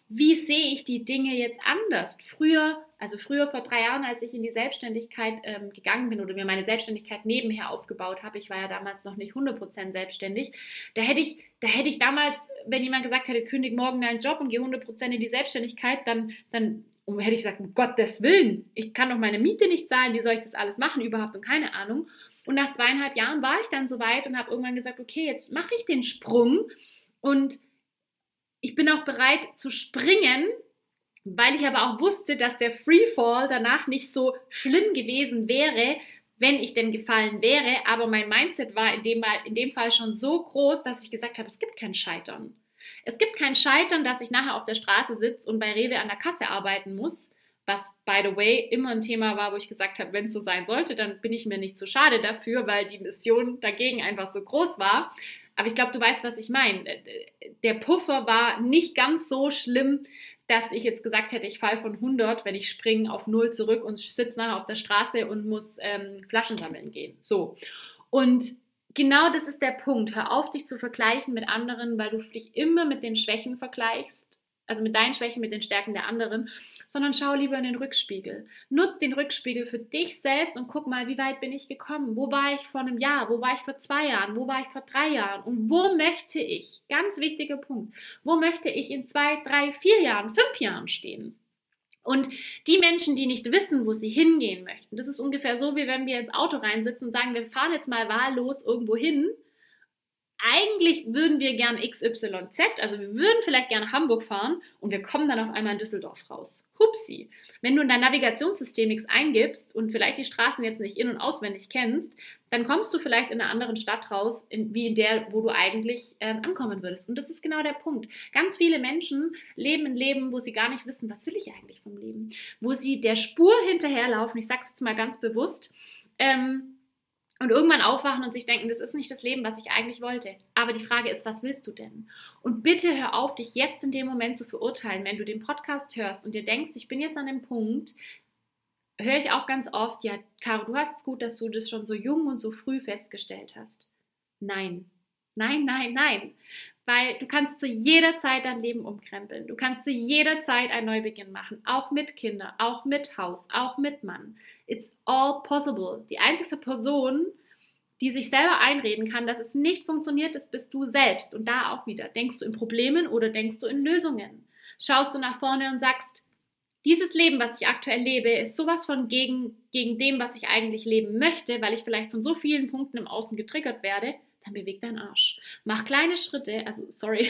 wie sehe ich die Dinge jetzt anders? Früher, also früher vor drei Jahren, als ich in die Selbstständigkeit ähm, gegangen bin oder mir meine Selbstständigkeit nebenher aufgebaut habe, ich war ja damals noch nicht hundert Prozent selbstständig, da hätte ich, da hätte ich damals, wenn jemand gesagt hätte, kündig morgen deinen Job und geh hundert Prozent in die Selbstständigkeit, dann, dann und hätte ich gesagt, um Gottes Willen, ich kann doch meine Miete nicht zahlen, wie soll ich das alles machen überhaupt und keine Ahnung. Und nach zweieinhalb Jahren war ich dann so weit und habe irgendwann gesagt, okay, jetzt mache ich den Sprung und ich bin auch bereit zu springen, weil ich aber auch wusste, dass der Freefall danach nicht so schlimm gewesen wäre, wenn ich denn gefallen wäre. Aber mein Mindset war in dem, in dem Fall schon so groß, dass ich gesagt habe, es gibt kein Scheitern. Es gibt kein Scheitern, dass ich nachher auf der Straße sitze und bei Rewe an der Kasse arbeiten muss, was, by the way, immer ein Thema war, wo ich gesagt habe, wenn es so sein sollte, dann bin ich mir nicht zu schade dafür, weil die Mission dagegen einfach so groß war. Aber ich glaube, du weißt, was ich meine. Der Puffer war nicht ganz so schlimm, dass ich jetzt gesagt hätte, ich falle von hundert, wenn ich springe, auf null zurück und sitze nachher auf der Straße und muss ähm, Flaschen sammeln gehen. So. Und genau das ist der Punkt. Hör auf, dich zu vergleichen mit anderen, weil du dich immer mit den Schwächen vergleichst, also mit deinen Schwächen, mit den Stärken der anderen, sondern schau lieber in den Rückspiegel. Nutz den Rückspiegel für dich selbst und guck mal, wie weit bin ich gekommen? Wo war ich vor einem Jahr? Wo war ich vor zwei Jahren? Wo war ich vor drei Jahren? Und wo möchte ich, ganz wichtiger Punkt, wo möchte ich in zwei, drei, vier Jahren, fünf Jahren stehen? Und die Menschen, die nicht wissen, wo sie hingehen möchten, das ist ungefähr so, wie wenn wir ins Auto reinsitzen und sagen, wir fahren jetzt mal wahllos irgendwo hin. Eigentlich würden wir gern X Y Z, also wir würden vielleicht gerne Hamburg fahren und wir kommen dann auf einmal in Düsseldorf raus. Hupsi. Wenn du in dein Navigationssystem nichts eingibst und vielleicht die Straßen jetzt nicht in- und auswendig kennst, dann kommst du vielleicht in einer anderen Stadt raus, in, wie in der, wo du eigentlich ähm, ankommen würdest. Und das ist genau der Punkt. Ganz viele Menschen leben ein Leben, wo sie gar nicht wissen, was will ich eigentlich vom Leben? Wo sie der Spur hinterherlaufen, ich sage es jetzt mal ganz bewusst, ähm, und irgendwann aufwachen und sich denken, das ist nicht das Leben, was ich eigentlich wollte. Aber die Frage ist, was willst du denn? Und bitte hör auf, dich jetzt in dem Moment zu verurteilen. Wenn du den Podcast hörst und dir denkst, ich bin jetzt an dem Punkt, höre ich auch ganz oft, ja, Caro, du hast es gut, dass du das schon so jung und so früh festgestellt hast. Nein, nein, nein, nein. Weil du kannst zu jeder Zeit dein Leben umkrempeln. Du kannst zu jeder Zeit einen Neubeginn machen. Auch mit Kindern, auch mit Haus, auch mit Mann. It's all possible. Die einzige Person, die sich selber einreden kann, dass es nicht funktioniert, das bist du selbst. Und da auch wieder. Denkst du in Problemen oder denkst du in Lösungen? Schaust du nach vorne und sagst, dieses Leben, was ich aktuell lebe, ist sowas von gegen, gegen dem, was ich eigentlich leben möchte, weil ich vielleicht von so vielen Punkten im Außen getriggert werde, dann beweg deinen Arsch. Mach kleine Schritte, also sorry,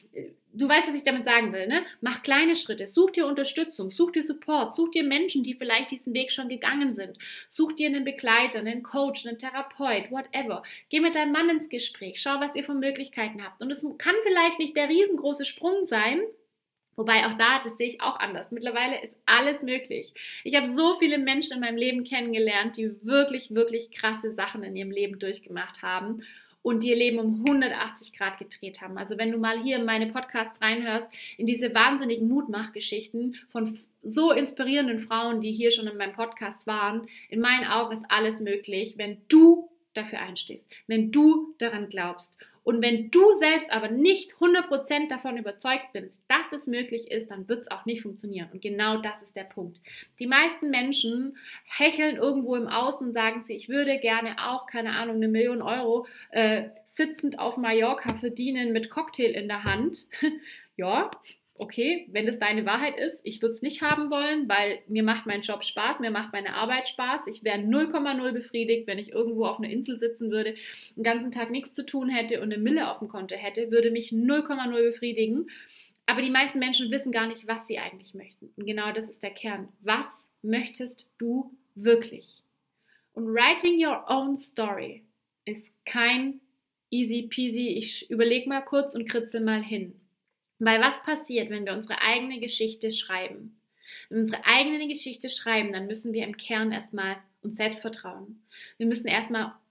du weißt, was ich damit sagen will, ne? Mach kleine Schritte, such dir Unterstützung, such dir Support, such dir Menschen, die vielleicht diesen Weg schon gegangen sind. Such dir einen Begleiter, einen Coach, einen Therapeut, whatever. Geh mit deinem Mann ins Gespräch, schau, was ihr für Möglichkeiten habt. Und es kann vielleicht nicht der riesengroße Sprung sein, wobei auch da, das sehe ich auch anders. Mittlerweile ist alles möglich. Ich habe so viele Menschen in meinem Leben kennengelernt, die wirklich, wirklich krasse Sachen in ihrem Leben durchgemacht haben und die ihr Leben um hundertachtzig Grad gedreht haben. Also wenn du mal hier in meine Podcasts reinhörst, in diese wahnsinnigen Mutmachgeschichten von so inspirierenden Frauen, die hier schon in meinem Podcast waren, in meinen Augen ist alles möglich, wenn du dafür einstehst, wenn du daran glaubst. Und wenn du selbst aber nicht hundert Prozent davon überzeugt bist, dass es möglich ist, dann wird es auch nicht funktionieren. Und genau das ist der Punkt. Die meisten Menschen hecheln irgendwo im Außen und sagen sie, ich würde gerne auch, keine Ahnung, eine Million Euro äh, sitzend auf Mallorca verdienen mit Cocktail in der Hand. Ja, okay, wenn das deine Wahrheit ist, ich würde es nicht haben wollen, weil mir macht mein Job Spaß, mir macht meine Arbeit Spaß. Ich wäre null Komma null befriedigt, wenn ich irgendwo auf einer Insel sitzen würde, den ganzen Tag nichts zu tun hätte und eine Mille auf dem Konto hätte, würde mich null Komma null befriedigen. Aber die meisten Menschen wissen gar nicht, was sie eigentlich möchten. Und genau das ist der Kern. Was möchtest du wirklich? Und writing your own story ist kein easy peasy, ich überlege mal kurz und kritzel mal hin. Weil was passiert, wenn wir unsere eigene Geschichte schreiben? Wenn wir unsere eigene Geschichte schreiben, dann müssen wir im Kern erstmal uns selbst vertrauen. Wir müssen erstmal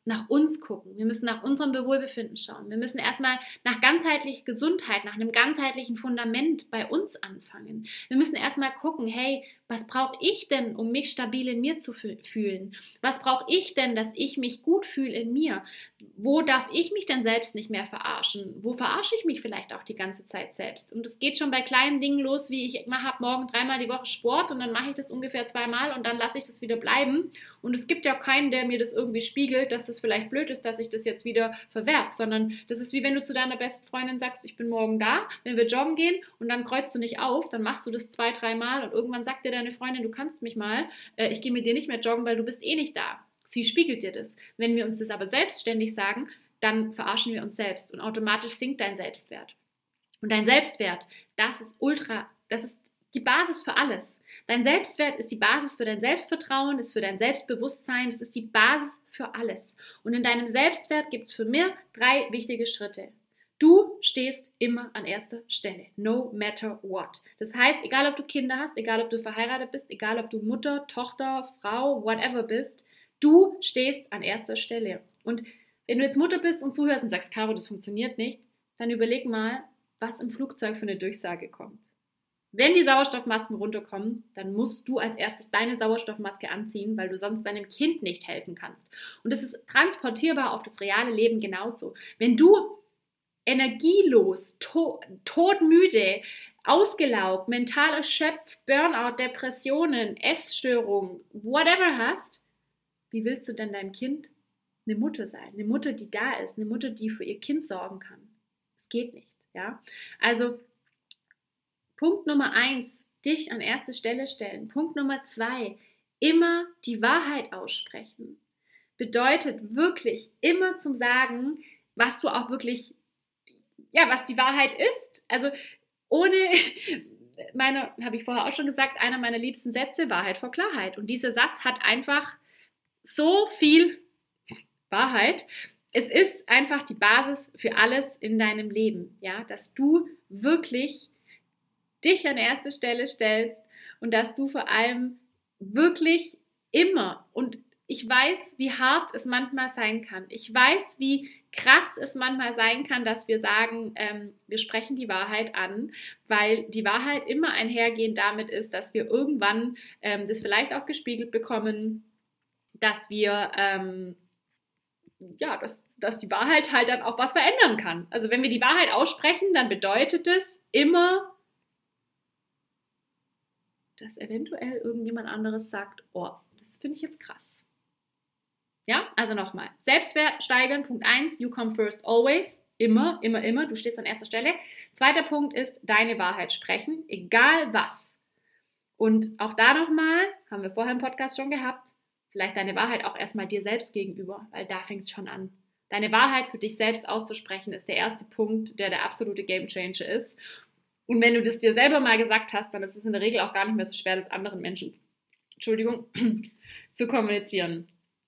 nach uns gucken. Wir müssen nach unserem Wohlbefinden schauen. Wir müssen erstmal nach ganzheitlicher Gesundheit, nach einem ganzheitlichen Fundament bei uns anfangen. Wir müssen erstmal gucken, hey, was brauche ich denn, um mich stabil in mir zu fühlen? Was brauche ich denn, dass ich mich gut fühle in mir? Wo darf ich mich denn selbst nicht mehr verarschen? Wo verarsche ich mich vielleicht auch die ganze Zeit selbst? Und es geht schon bei kleinen Dingen los, wie ich habe morgen dreimal die Woche Sport und dann mache ich das ungefähr zweimal und dann lasse ich das wieder bleiben. Und es gibt ja keinen, der mir das irgendwie spiegelt, dass das vielleicht blöd ist, dass ich das jetzt wieder verwerfe, sondern das ist wie wenn du zu deiner besten Freundin sagst, ich bin morgen da, wenn wir joggen gehen und dann kreuzt du nicht auf, dann machst du das zwei, dreimal und irgendwann sagt dir deine Freundin, du kannst mich mal, äh, ich gehe mit dir nicht mehr joggen, weil du bist eh nicht da. Sie spiegelt dir das. Wenn wir uns das aber selbstständig sagen, dann verarschen wir uns selbst und automatisch sinkt dein Selbstwert. Und dein Selbstwert, das ist ultra, das ist die Basis für alles. Dein Selbstwert ist die Basis für dein Selbstvertrauen, ist für dein Selbstbewusstsein, es ist die Basis für alles. Und in deinem Selbstwert gibt es für mich drei wichtige Schritte. Du stehst immer an erster Stelle, no matter what. Das heißt, egal ob du Kinder hast, egal ob du verheiratet bist, egal ob du Mutter, Tochter, Frau, whatever bist, du stehst an erster Stelle. Und wenn du jetzt Mutter bist und zuhörst und sagst, Caro, das funktioniert nicht, dann überleg mal, was im Flugzeug für eine Durchsage kommt. Wenn die Sauerstoffmasken runterkommen, dann musst du als erstes deine Sauerstoffmaske anziehen, weil du sonst deinem Kind nicht helfen kannst. Und das ist transportierbar auf das reale Leben genauso. Wenn du energielos, to- todmüde, ausgelaugt, mental erschöpft, Burnout, Depressionen, Essstörungen, whatever hast, wie willst du denn deinem Kind eine Mutter sein? Eine Mutter, die da ist, eine Mutter, die für ihr Kind sorgen kann. Das geht nicht, ja? Also Punkt Nummer eins, dich an erste Stelle stellen. Punkt Nummer zwei, immer die Wahrheit aussprechen. Bedeutet wirklich immer zum Sagen, was du auch wirklich, ja, was die Wahrheit ist. Also ohne, meine, habe ich vorher auch schon gesagt, einer meiner liebsten Sätze, Wahrheit vor Klarheit. Und dieser Satz hat einfach so viel Wahrheit. Es ist einfach die Basis für alles in deinem Leben, ja, dass du wirklich dich an erste Stelle stellst und dass du vor allem wirklich immer, und ich weiß, wie hart es manchmal sein kann. Ich weiß, wie krass es manchmal sein kann, dass wir sagen, ähm, wir sprechen die Wahrheit an, weil die Wahrheit immer einhergehend damit ist, dass wir irgendwann ähm, das vielleicht auch gespiegelt bekommen, dass wir, ähm, ja, dass, dass die Wahrheit halt dann auch was verändern kann. Also wenn wir die Wahrheit aussprechen, dann bedeutet es immer, dass eventuell irgendjemand anderes sagt, oh, das finde ich jetzt krass. Ja, also nochmal. Selbstwert steigern, Punkt eins, you come first always. Immer, immer, immer, du stehst an erster Stelle. Zweiter Punkt ist, deine Wahrheit sprechen, egal was. Und auch da nochmal, haben wir vorher im Podcast schon gehabt, vielleicht deine Wahrheit auch erstmal dir selbst gegenüber, weil da fängt es schon an. Deine Wahrheit für dich selbst auszusprechen, ist der erste Punkt, der der absolute Gamechanger ist. Und wenn du das dir selber mal gesagt hast, dann ist es in der Regel auch gar nicht mehr so schwer, das anderen Menschen, Entschuldigung, zu kommunizieren.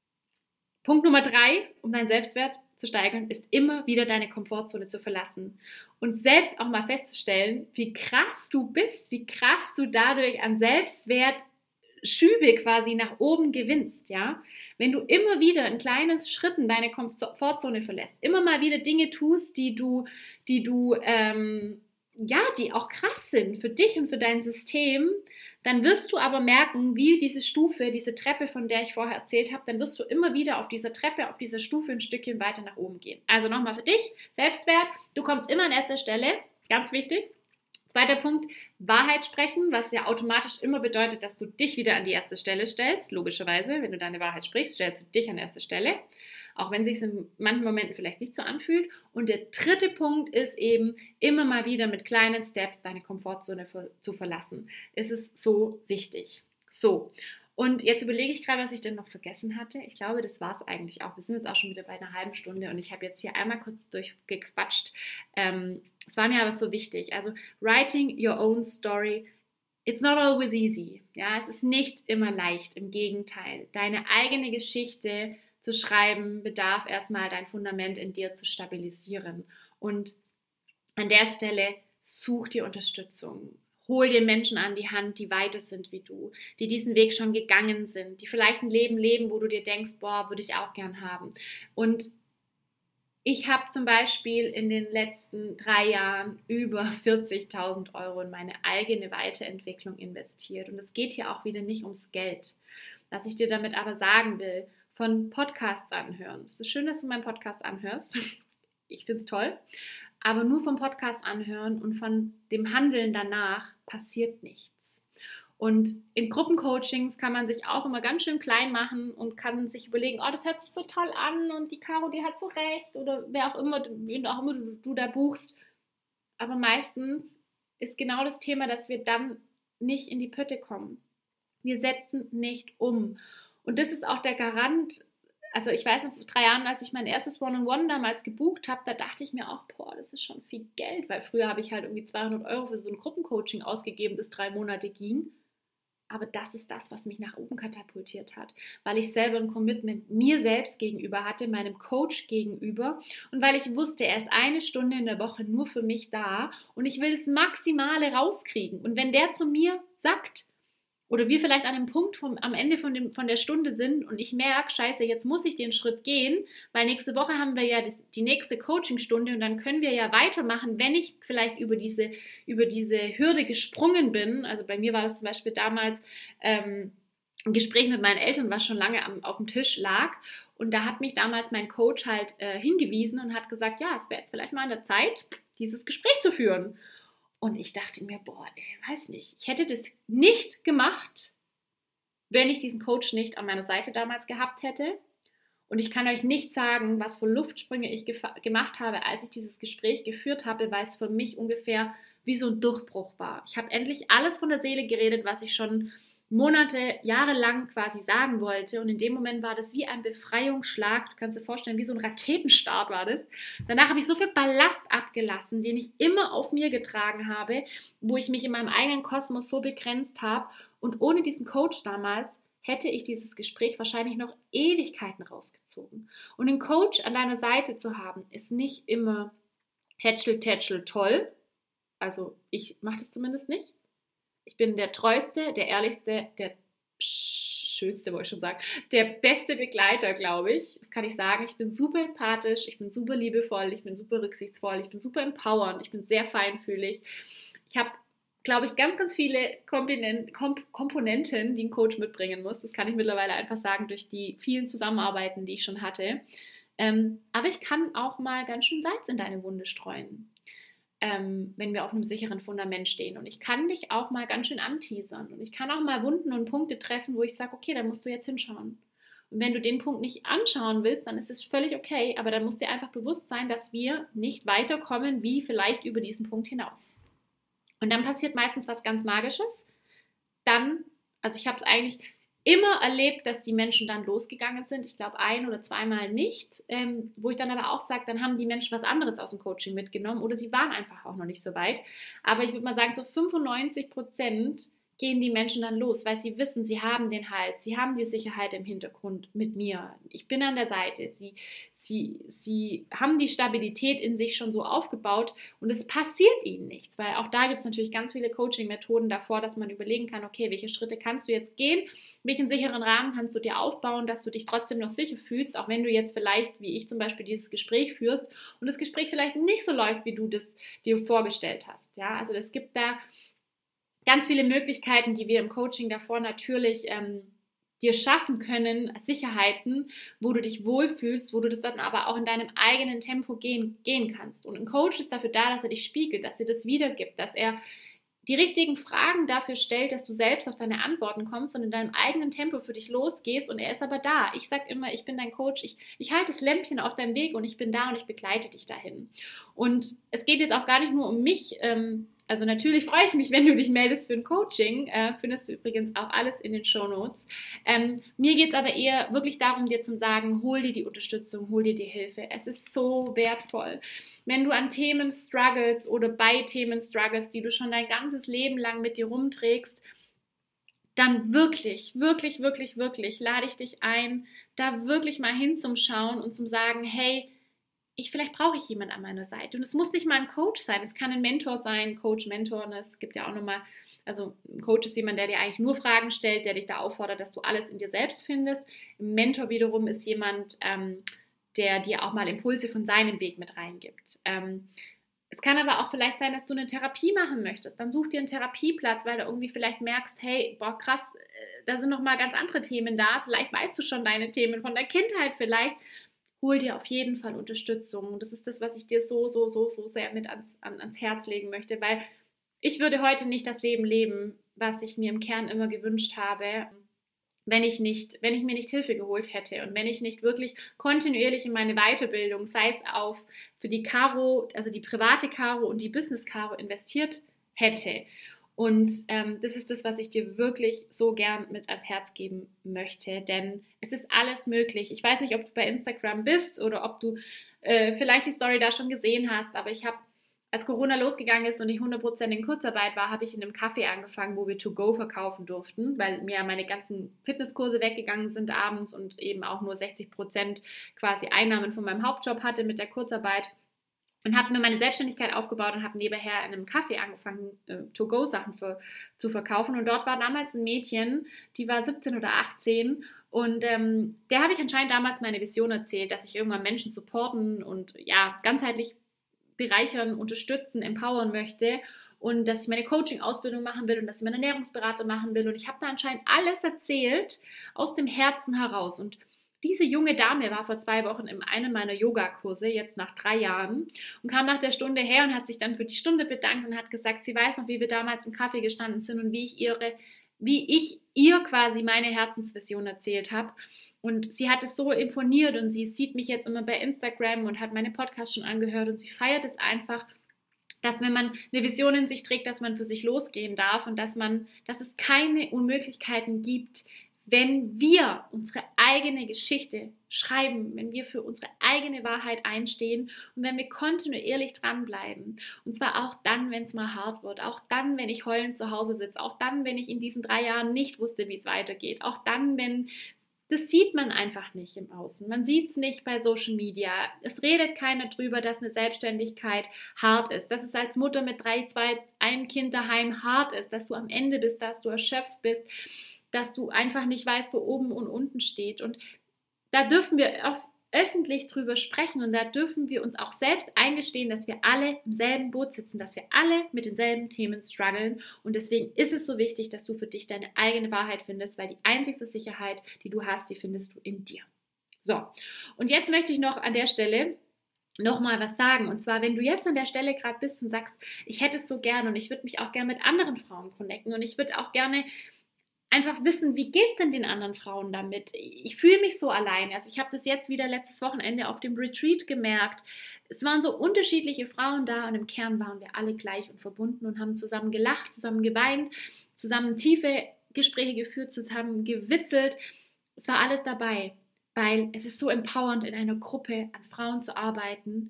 Punkt Nummer drei, um deinen Selbstwert zu steigern, ist immer wieder deine Komfortzone zu verlassen. Und selbst auch mal festzustellen, wie krass du bist, wie krass du dadurch an Selbstwert Schübe quasi nach oben gewinnst, ja. Wenn du immer wieder in kleinen Schritten deine Komfortzone verlässt, immer mal wieder Dinge tust, die du, die du, ähm, ja, die auch krass sind für dich und für dein System, dann wirst du aber merken, wie diese Stufe, diese Treppe, von der ich vorher erzählt habe, dann wirst du immer wieder auf dieser Treppe, auf dieser Stufe ein Stückchen weiter nach oben gehen. Also nochmal für dich, Selbstwert, du kommst immer an erster Stelle, ganz wichtig. Zweiter Punkt, Wahrheit sprechen, was ja automatisch immer bedeutet, dass du dich wieder an die erste Stelle stellst, logischerweise, wenn du deine Wahrheit sprichst, stellst du dich an erste Stelle. Auch wenn es sich in manchen Momenten vielleicht nicht so anfühlt. Und der dritte Punkt ist eben, immer mal wieder mit kleinen Steps deine Komfortzone zu verlassen. Es ist so wichtig. So, und jetzt überlege ich gerade, was ich denn noch vergessen hatte. Ich glaube, das war es eigentlich auch. Wir sind jetzt auch schon wieder bei einer halben Stunde und ich habe jetzt hier einmal kurz durchgequatscht. Ähm, es war mir aber so wichtig. Also, writing your own story, it's not always easy. Ja, es ist nicht immer leicht, im Gegenteil. Deine eigene Geschichte zu schreiben, bedarf erstmal dein Fundament in dir zu stabilisieren. Und an der Stelle such dir Unterstützung. Hol dir Menschen an die Hand, die weiter sind wie du, die diesen Weg schon gegangen sind, die vielleicht ein Leben leben, wo du dir denkst, boah, würde ich auch gern haben. Und ich habe zum Beispiel in den letzten drei Jahren über vierzigtausend Euro in meine eigene Weiterentwicklung investiert. Und es geht hier auch wieder nicht ums Geld. Was ich dir damit aber sagen will, von Podcasts anhören. Es ist schön, dass du meinen Podcast anhörst. Ich finde es toll. Aber nur vom Podcast anhören und von dem Handeln danach passiert nichts. Und in Gruppencoachings kann man sich auch immer ganz schön klein machen und kann sich überlegen, oh, das hört sich so toll an und die Caro, die hat so recht oder wer auch immer, wen auch immer du, du da buchst. Aber meistens ist genau das Thema, dass wir dann nicht in die Pötte kommen. Wir setzen nicht um. Und das ist auch der Garant. Also ich weiß noch, vor drei Jahren, als ich mein erstes One-on-One damals gebucht habe, da dachte ich mir auch, boah, das ist schon viel Geld, weil früher habe ich halt irgendwie zweihundert Euro für so ein Gruppencoaching ausgegeben, das drei Monate ging. Aber das ist das, was mich nach oben katapultiert hat, weil ich selber ein Commitment mir selbst gegenüber hatte, meinem Coach gegenüber und weil ich wusste, er ist eine Stunde in der Woche nur für mich da und ich will das Maximale rauskriegen. Und wenn der zu mir sagt, oder wir vielleicht an einem Punkt vom, am Ende von, dem, von der Stunde sind und ich merke, scheiße, jetzt muss ich den Schritt gehen, weil nächste Woche haben wir ja das, die nächste Coachingstunde und dann können wir ja weitermachen, wenn ich vielleicht über diese, über diese Hürde gesprungen bin. Also bei mir war das zum Beispiel damals ähm, ein Gespräch mit meinen Eltern, was schon lange am, auf dem Tisch lag. Und da hat mich damals mein Coach halt äh, hingewiesen und hat gesagt, ja, es wäre jetzt vielleicht mal an der Zeit, dieses Gespräch zu führen. Und ich dachte mir, boah, ey, weiß nicht, ich hätte das nicht gemacht, wenn ich diesen Coach nicht an meiner Seite damals gehabt hätte. Und ich kann euch nicht sagen, was für Luftsprünge ich gef- gemacht habe, als ich dieses Gespräch geführt habe, weil es für mich ungefähr wie so ein Durchbruch war. Ich habe endlich alles von der Seele geredet, was ich schon Monate, Jahre lang quasi sagen wollte. Und in dem Moment war das wie ein Befreiungsschlag. Du kannst dir vorstellen, wie so ein Raketenstart war das. Danach habe ich so viel Ballast abgelassen, den ich immer auf mir getragen habe, wo ich mich in meinem eigenen Kosmos so begrenzt habe. Und ohne diesen Coach damals hätte ich dieses Gespräch wahrscheinlich noch Ewigkeiten rausgezogen. Und einen Coach an deiner Seite zu haben, ist nicht immer hätschel-tätschel toll. Also ich mache das zumindest nicht. Ich bin der treueste, der ehrlichste, der schönste, wollte ich schon sagen, der beste Begleiter, glaube ich. Das kann ich sagen. Ich bin super empathisch, ich bin super liebevoll, ich bin super rücksichtsvoll, ich bin super empowernd, ich bin sehr feinfühlig. Ich habe, glaube ich, ganz, ganz viele Komponenten, Komponenten, die ein Coach mitbringen muss. Das kann ich mittlerweile einfach sagen, durch die vielen Zusammenarbeiten, die ich schon hatte. Ähm, aber ich kann auch mal ganz schön Salz in deine Wunde streuen. Ähm, wenn wir auf einem sicheren Fundament stehen. Und ich kann dich auch mal ganz schön anteasern. Und ich kann auch mal Wunden und Punkte treffen, wo ich sage, okay, dann musst du jetzt hinschauen. Und wenn du den Punkt nicht anschauen willst, dann ist es völlig okay. Aber dann musst dir einfach bewusst sein, dass wir nicht weiterkommen, wie vielleicht über diesen Punkt hinaus. Und dann passiert meistens was ganz Magisches. Dann, also ich habe es eigentlich immer erlebt, dass die Menschen dann losgegangen sind. Ich glaube, ein- oder zweimal nicht. Ähm, wo ich dann aber auch sage, dann haben die Menschen was anderes aus dem Coaching mitgenommen oder sie waren einfach auch noch nicht so weit. Aber ich würde mal sagen, so fünfundneunzig Prozent gehen die Menschen dann los, weil sie wissen, sie haben den Halt, sie haben die Sicherheit im Hintergrund mit mir. Ich bin an der Seite. Sie, sie, sie haben die Stabilität in sich schon so aufgebaut und es passiert ihnen nichts, weil auch da gibt es natürlich ganz viele Coaching-Methoden davor, dass man überlegen kann, okay, welche Schritte kannst du jetzt gehen, welchen sicheren Rahmen kannst du dir aufbauen, dass du dich trotzdem noch sicher fühlst, auch wenn du jetzt vielleicht, wie ich zum Beispiel, dieses Gespräch führst und das Gespräch vielleicht nicht so läuft, wie du das dir vorgestellt hast. Ja, also es gibt da ganz viele Möglichkeiten, die wir im Coaching davor natürlich ähm, dir schaffen können, Sicherheiten, wo du dich wohlfühlst, wo du das dann aber auch in deinem eigenen Tempo gehen, gehen kannst. Und ein Coach ist dafür da, dass er dich spiegelt, dass er das wiedergibt, dass er die richtigen Fragen dafür stellt, dass du selbst auf deine Antworten kommst und in deinem eigenen Tempo für dich losgehst und er ist aber da. Ich sage immer, ich bin dein Coach, ich, ich halte das Lämpchen auf deinem Weg und ich bin da und ich begleite dich dahin. Und es geht jetzt auch gar nicht nur um mich, ähm, also natürlich freue ich mich, wenn du dich meldest für ein Coaching, äh, findest du übrigens auch alles in den Shownotes. Ähm, mir geht es aber eher wirklich darum, dir zu sagen, hol dir die Unterstützung, hol dir die Hilfe. Es ist so wertvoll. Wenn du an Themen struggles oder bei Themen struggles, die du schon dein ganzes Leben lang mit dir rumträgst, dann wirklich, wirklich, wirklich, wirklich lade ich dich ein, da wirklich mal hinzuschauen und zum sagen, hey, ich, vielleicht brauche ich jemanden an meiner Seite. Und es muss nicht mal ein Coach sein, es kann ein Mentor sein, Coach, Mentor. Ne? Es gibt ja auch nochmal, also ein Coach ist jemand, der dir eigentlich nur Fragen stellt, der dich da auffordert, dass du alles in dir selbst findest. Ein Mentor wiederum ist jemand, ähm, der dir auch mal Impulse von seinem Weg mit reingibt. Ähm, es kann aber auch vielleicht sein, dass du eine Therapie machen möchtest. Dann such dir einen Therapieplatz, weil du irgendwie vielleicht merkst, hey, boah, krass, da sind nochmal ganz andere Themen da. Vielleicht weißt du schon deine Themen von der Kindheit vielleicht. Hol dir auf jeden Fall Unterstützung. Und das ist das, was ich dir so, so, so, so sehr mit ans, an, ans Herz legen möchte, weil ich würde heute nicht das Leben leben, was ich mir im Kern immer gewünscht habe, wenn ich nicht, wenn ich mir nicht Hilfe geholt hätte und wenn ich nicht wirklich kontinuierlich in meine Weiterbildung, sei es auf für die Caro, also die private Caro und die Business Caro investiert hätte. Und ähm, das ist das, was ich dir wirklich so gern mit ans Herz geben möchte, denn es ist alles möglich. Ich weiß nicht, ob du bei Instagram bist oder ob du äh, vielleicht die Story da schon gesehen hast, aber ich habe, als Corona losgegangen ist und ich hundert Prozent in Kurzarbeit war, habe ich in einem Café angefangen, wo wir To-Go verkaufen durften, weil mir meine ganzen Fitnesskurse weggegangen sind abends und eben auch nur sechzig Prozent quasi Einnahmen von meinem Hauptjob hatte mit der Kurzarbeit. Und habe mir meine Selbstständigkeit aufgebaut und habe nebenher in einem Café angefangen, äh, To-Go-Sachen für, zu verkaufen. Und dort war damals ein Mädchen, die war siebzehn oder achtzehn. Und ähm, der habe ich anscheinend damals meine Vision erzählt, dass ich irgendwann Menschen supporten und ja, ganzheitlich bereichern, unterstützen, empowern möchte. Und dass ich meine Coaching-Ausbildung machen will und dass ich meine Ernährungsberater machen will. Und ich habe da anscheinend alles erzählt aus dem Herzen heraus. Und diese junge Dame war vor zwei Wochen in einem meiner Yogakurse, jetzt nach drei Jahren, und kam nach der Stunde her und hat sich dann für die Stunde bedankt und hat gesagt, sie weiß noch, wie wir damals im Café gestanden sind und wie ich ihre, wie ich ihr quasi meine Herzensvision erzählt habe. Und sie hat es so imponiert und sie sieht mich jetzt immer bei Instagram und hat meine Podcasts schon angehört und sie feiert es einfach, dass wenn man eine Vision in sich trägt, dass man für sich losgehen darf und dass man, dass es keine Unmöglichkeiten gibt, wenn wir unsere eigene Geschichte schreiben, wenn wir für unsere eigene Wahrheit einstehen und wenn wir kontinuierlich dranbleiben. Und zwar auch dann, wenn es mal hart wird, auch dann, wenn ich heulend zu Hause sitze, auch dann, wenn ich in diesen drei Jahren nicht wusste, wie es weitergeht, auch dann, wenn das sieht man einfach nicht im Außen. Man sieht es nicht bei Social Media. Es redet keiner drüber, dass eine Selbstständigkeit hart ist, dass es als Mutter mit drei, zwei, einem Kind daheim hart ist, dass du am Ende bist, dass du erschöpft bist, dass du einfach nicht weißt, wo oben und unten steht. Und da dürfen wir auch öffentlich drüber sprechen und da dürfen wir uns auch selbst eingestehen, dass wir alle im selben Boot sitzen, dass wir alle mit denselben Themen strugglen. Und deswegen ist es so wichtig, dass du für dich deine eigene Wahrheit findest, weil die einzigste Sicherheit, die du hast, die findest du in dir. So, und jetzt möchte ich noch an der Stelle nochmal was sagen. Und zwar, wenn du jetzt an der Stelle gerade bist und sagst, ich hätte es so gerne und ich würde mich auch gerne mit anderen Frauen connecten und ich würde auch gerne einfach wissen, wie geht es denn den anderen Frauen damit? Ich fühle mich so allein. Also ich habe das jetzt wieder letztes Wochenende auf dem Retreat gemerkt. Es waren so unterschiedliche Frauen da und im Kern waren wir alle gleich und verbunden und haben zusammen gelacht, zusammen geweint, zusammen tiefe Gespräche geführt, zusammen gewitzelt. Es war alles dabei, weil es ist so empowernd, in einer Gruppe an Frauen zu arbeiten,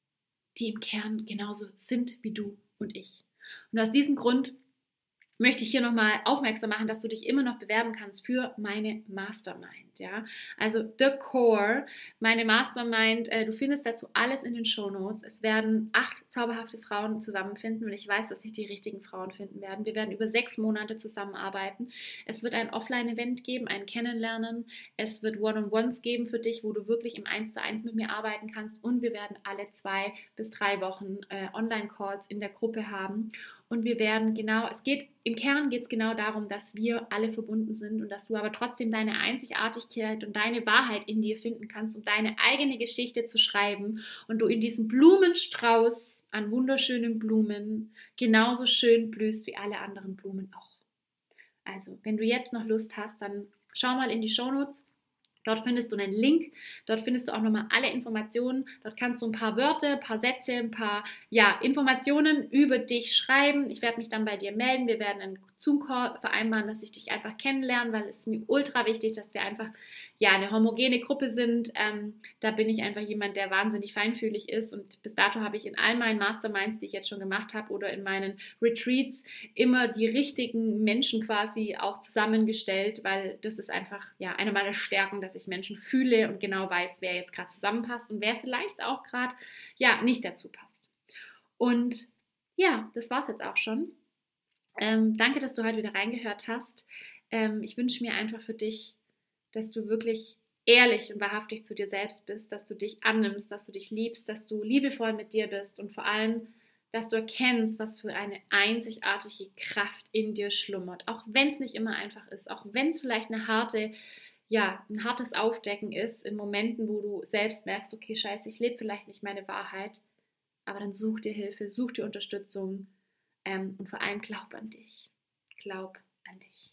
die im Kern genauso sind wie du und ich. Und aus diesem Grund möchte ich hier nochmal aufmerksam machen, dass du dich immer noch bewerben kannst für meine Mastermind. Ja? Also The Core, meine Mastermind, äh, du findest dazu alles in den Shownotes. Es werden acht zauberhafte Frauen zusammenfinden und ich weiß, dass sich die richtigen Frauen finden werden. Wir werden über sechs Monate zusammenarbeiten. Es wird ein Offline-Event geben, ein Kennenlernen. Es wird One-on-Ones geben für dich, wo du wirklich im eins zu eins mit mir arbeiten kannst und wir werden alle zwei bis drei Wochen äh, Online-Calls in der Gruppe haben. Und wir werden genau, es geht, im Kern geht es genau darum, dass wir alle verbunden sind und dass du aber trotzdem deine Einzigartigkeit und deine Wahrheit in dir finden kannst, um deine eigene Geschichte zu schreiben und du in diesem Blumenstrauß an wunderschönen Blumen genauso schön blühst wie alle anderen Blumen auch. Also, wenn du jetzt noch Lust hast, dann schau mal in die Shownotes. Dort findest du einen Link, dort findest du auch nochmal alle Informationen, dort kannst du ein paar Wörter, ein paar Sätze, ein paar ja, Informationen über dich schreiben. Ich werde mich dann bei dir melden, wir werden einen Zoom-Call vereinbaren, dass ich dich einfach kennenlerne, weil es ist mir ultra wichtig, dass wir einfach ja eine homogene Gruppe sind. Ähm, da bin ich einfach jemand, der wahnsinnig feinfühlig ist und bis dato habe ich in all meinen Masterminds, die ich jetzt schon gemacht habe oder in meinen Retreats immer die richtigen Menschen quasi auch zusammengestellt, weil das ist einfach ja eine meiner Stärken, dass ich Menschen fühle und genau weiß, wer jetzt gerade zusammenpasst und wer vielleicht auch gerade ja nicht dazu passt. Und ja, das war's jetzt auch schon. Ähm, danke, dass du heute wieder reingehört hast. Ähm, ich wünsche mir einfach für dich, dass du wirklich ehrlich und wahrhaftig zu dir selbst bist, dass du dich annimmst, dass du dich liebst, dass du liebevoll mit dir bist und vor allem, dass du erkennst, was für eine einzigartige Kraft in dir schlummert. Auch wenn es nicht immer einfach ist, auch wenn es vielleicht eine harte, ja, ein hartes Aufdecken ist in Momenten, wo du selbst merkst, okay, scheiße, ich lebe vielleicht nicht meine Wahrheit, aber dann such dir Hilfe, such dir Unterstützung ähm, und vor allem glaub an dich. Glaub an dich.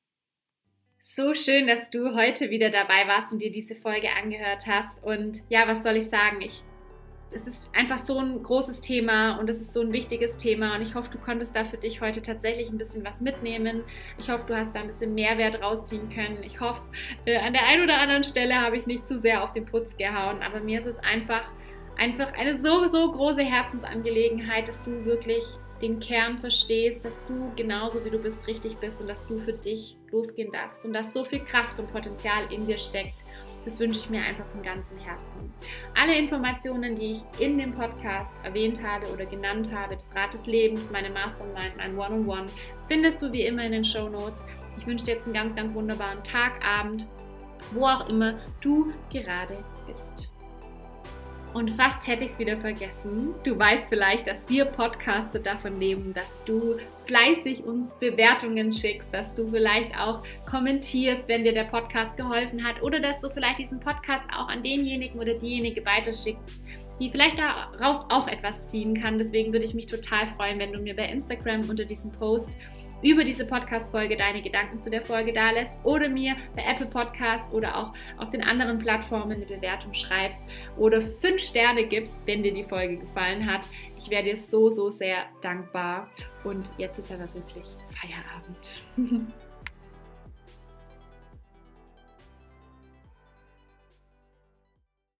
So schön, dass du heute wieder dabei warst und dir diese Folge angehört hast. Und ja, was soll ich sagen? Ich, es ist einfach so ein großes Thema und es ist so ein wichtiges Thema. Und ich hoffe, du konntest da für dich heute tatsächlich ein bisschen was mitnehmen. Ich hoffe, du hast da ein bisschen Mehrwert rausziehen können. Ich hoffe, äh, an der einen oder anderen Stelle habe ich nicht zu sehr auf den Putz gehauen. Aber mir ist es einfach, einfach eine so, so große Herzensangelegenheit, dass du wirklich den Kern verstehst, dass du genauso wie du bist richtig bist und dass du für dich losgehen darfst und dass so viel Kraft und Potenzial in dir steckt. Das wünsche ich mir einfach von ganzem Herzen. Alle Informationen, die ich in dem Podcast erwähnt habe oder genannt habe, das Rad des Lebens, meine Mastermind, mein One-on-One, findest du wie immer in den Shownotes. Ich wünsche dir jetzt einen ganz, ganz wunderbaren Tag, Abend, wo auch immer du gerade bist. Und fast hätte ich es wieder vergessen. Du weißt vielleicht, dass wir Podcaster davon leben, dass du fleißig uns Bewertungen schickst, dass du vielleicht auch kommentierst, wenn dir der Podcast geholfen hat oder dass du vielleicht diesen Podcast auch an denjenigen oder diejenige weiterschickst, die vielleicht daraus auch etwas ziehen kann. Deswegen würde ich mich total freuen, wenn du mir bei Instagram unter diesem Post über diese Podcast-Folge deine Gedanken zu der Folge dalässt oder mir bei Apple Podcasts oder auch auf den anderen Plattformen eine Bewertung schreibst oder fünf Sterne gibst, wenn dir die Folge gefallen hat. Ich wäre dir so, so sehr dankbar. Und jetzt ist aber wirklich Feierabend.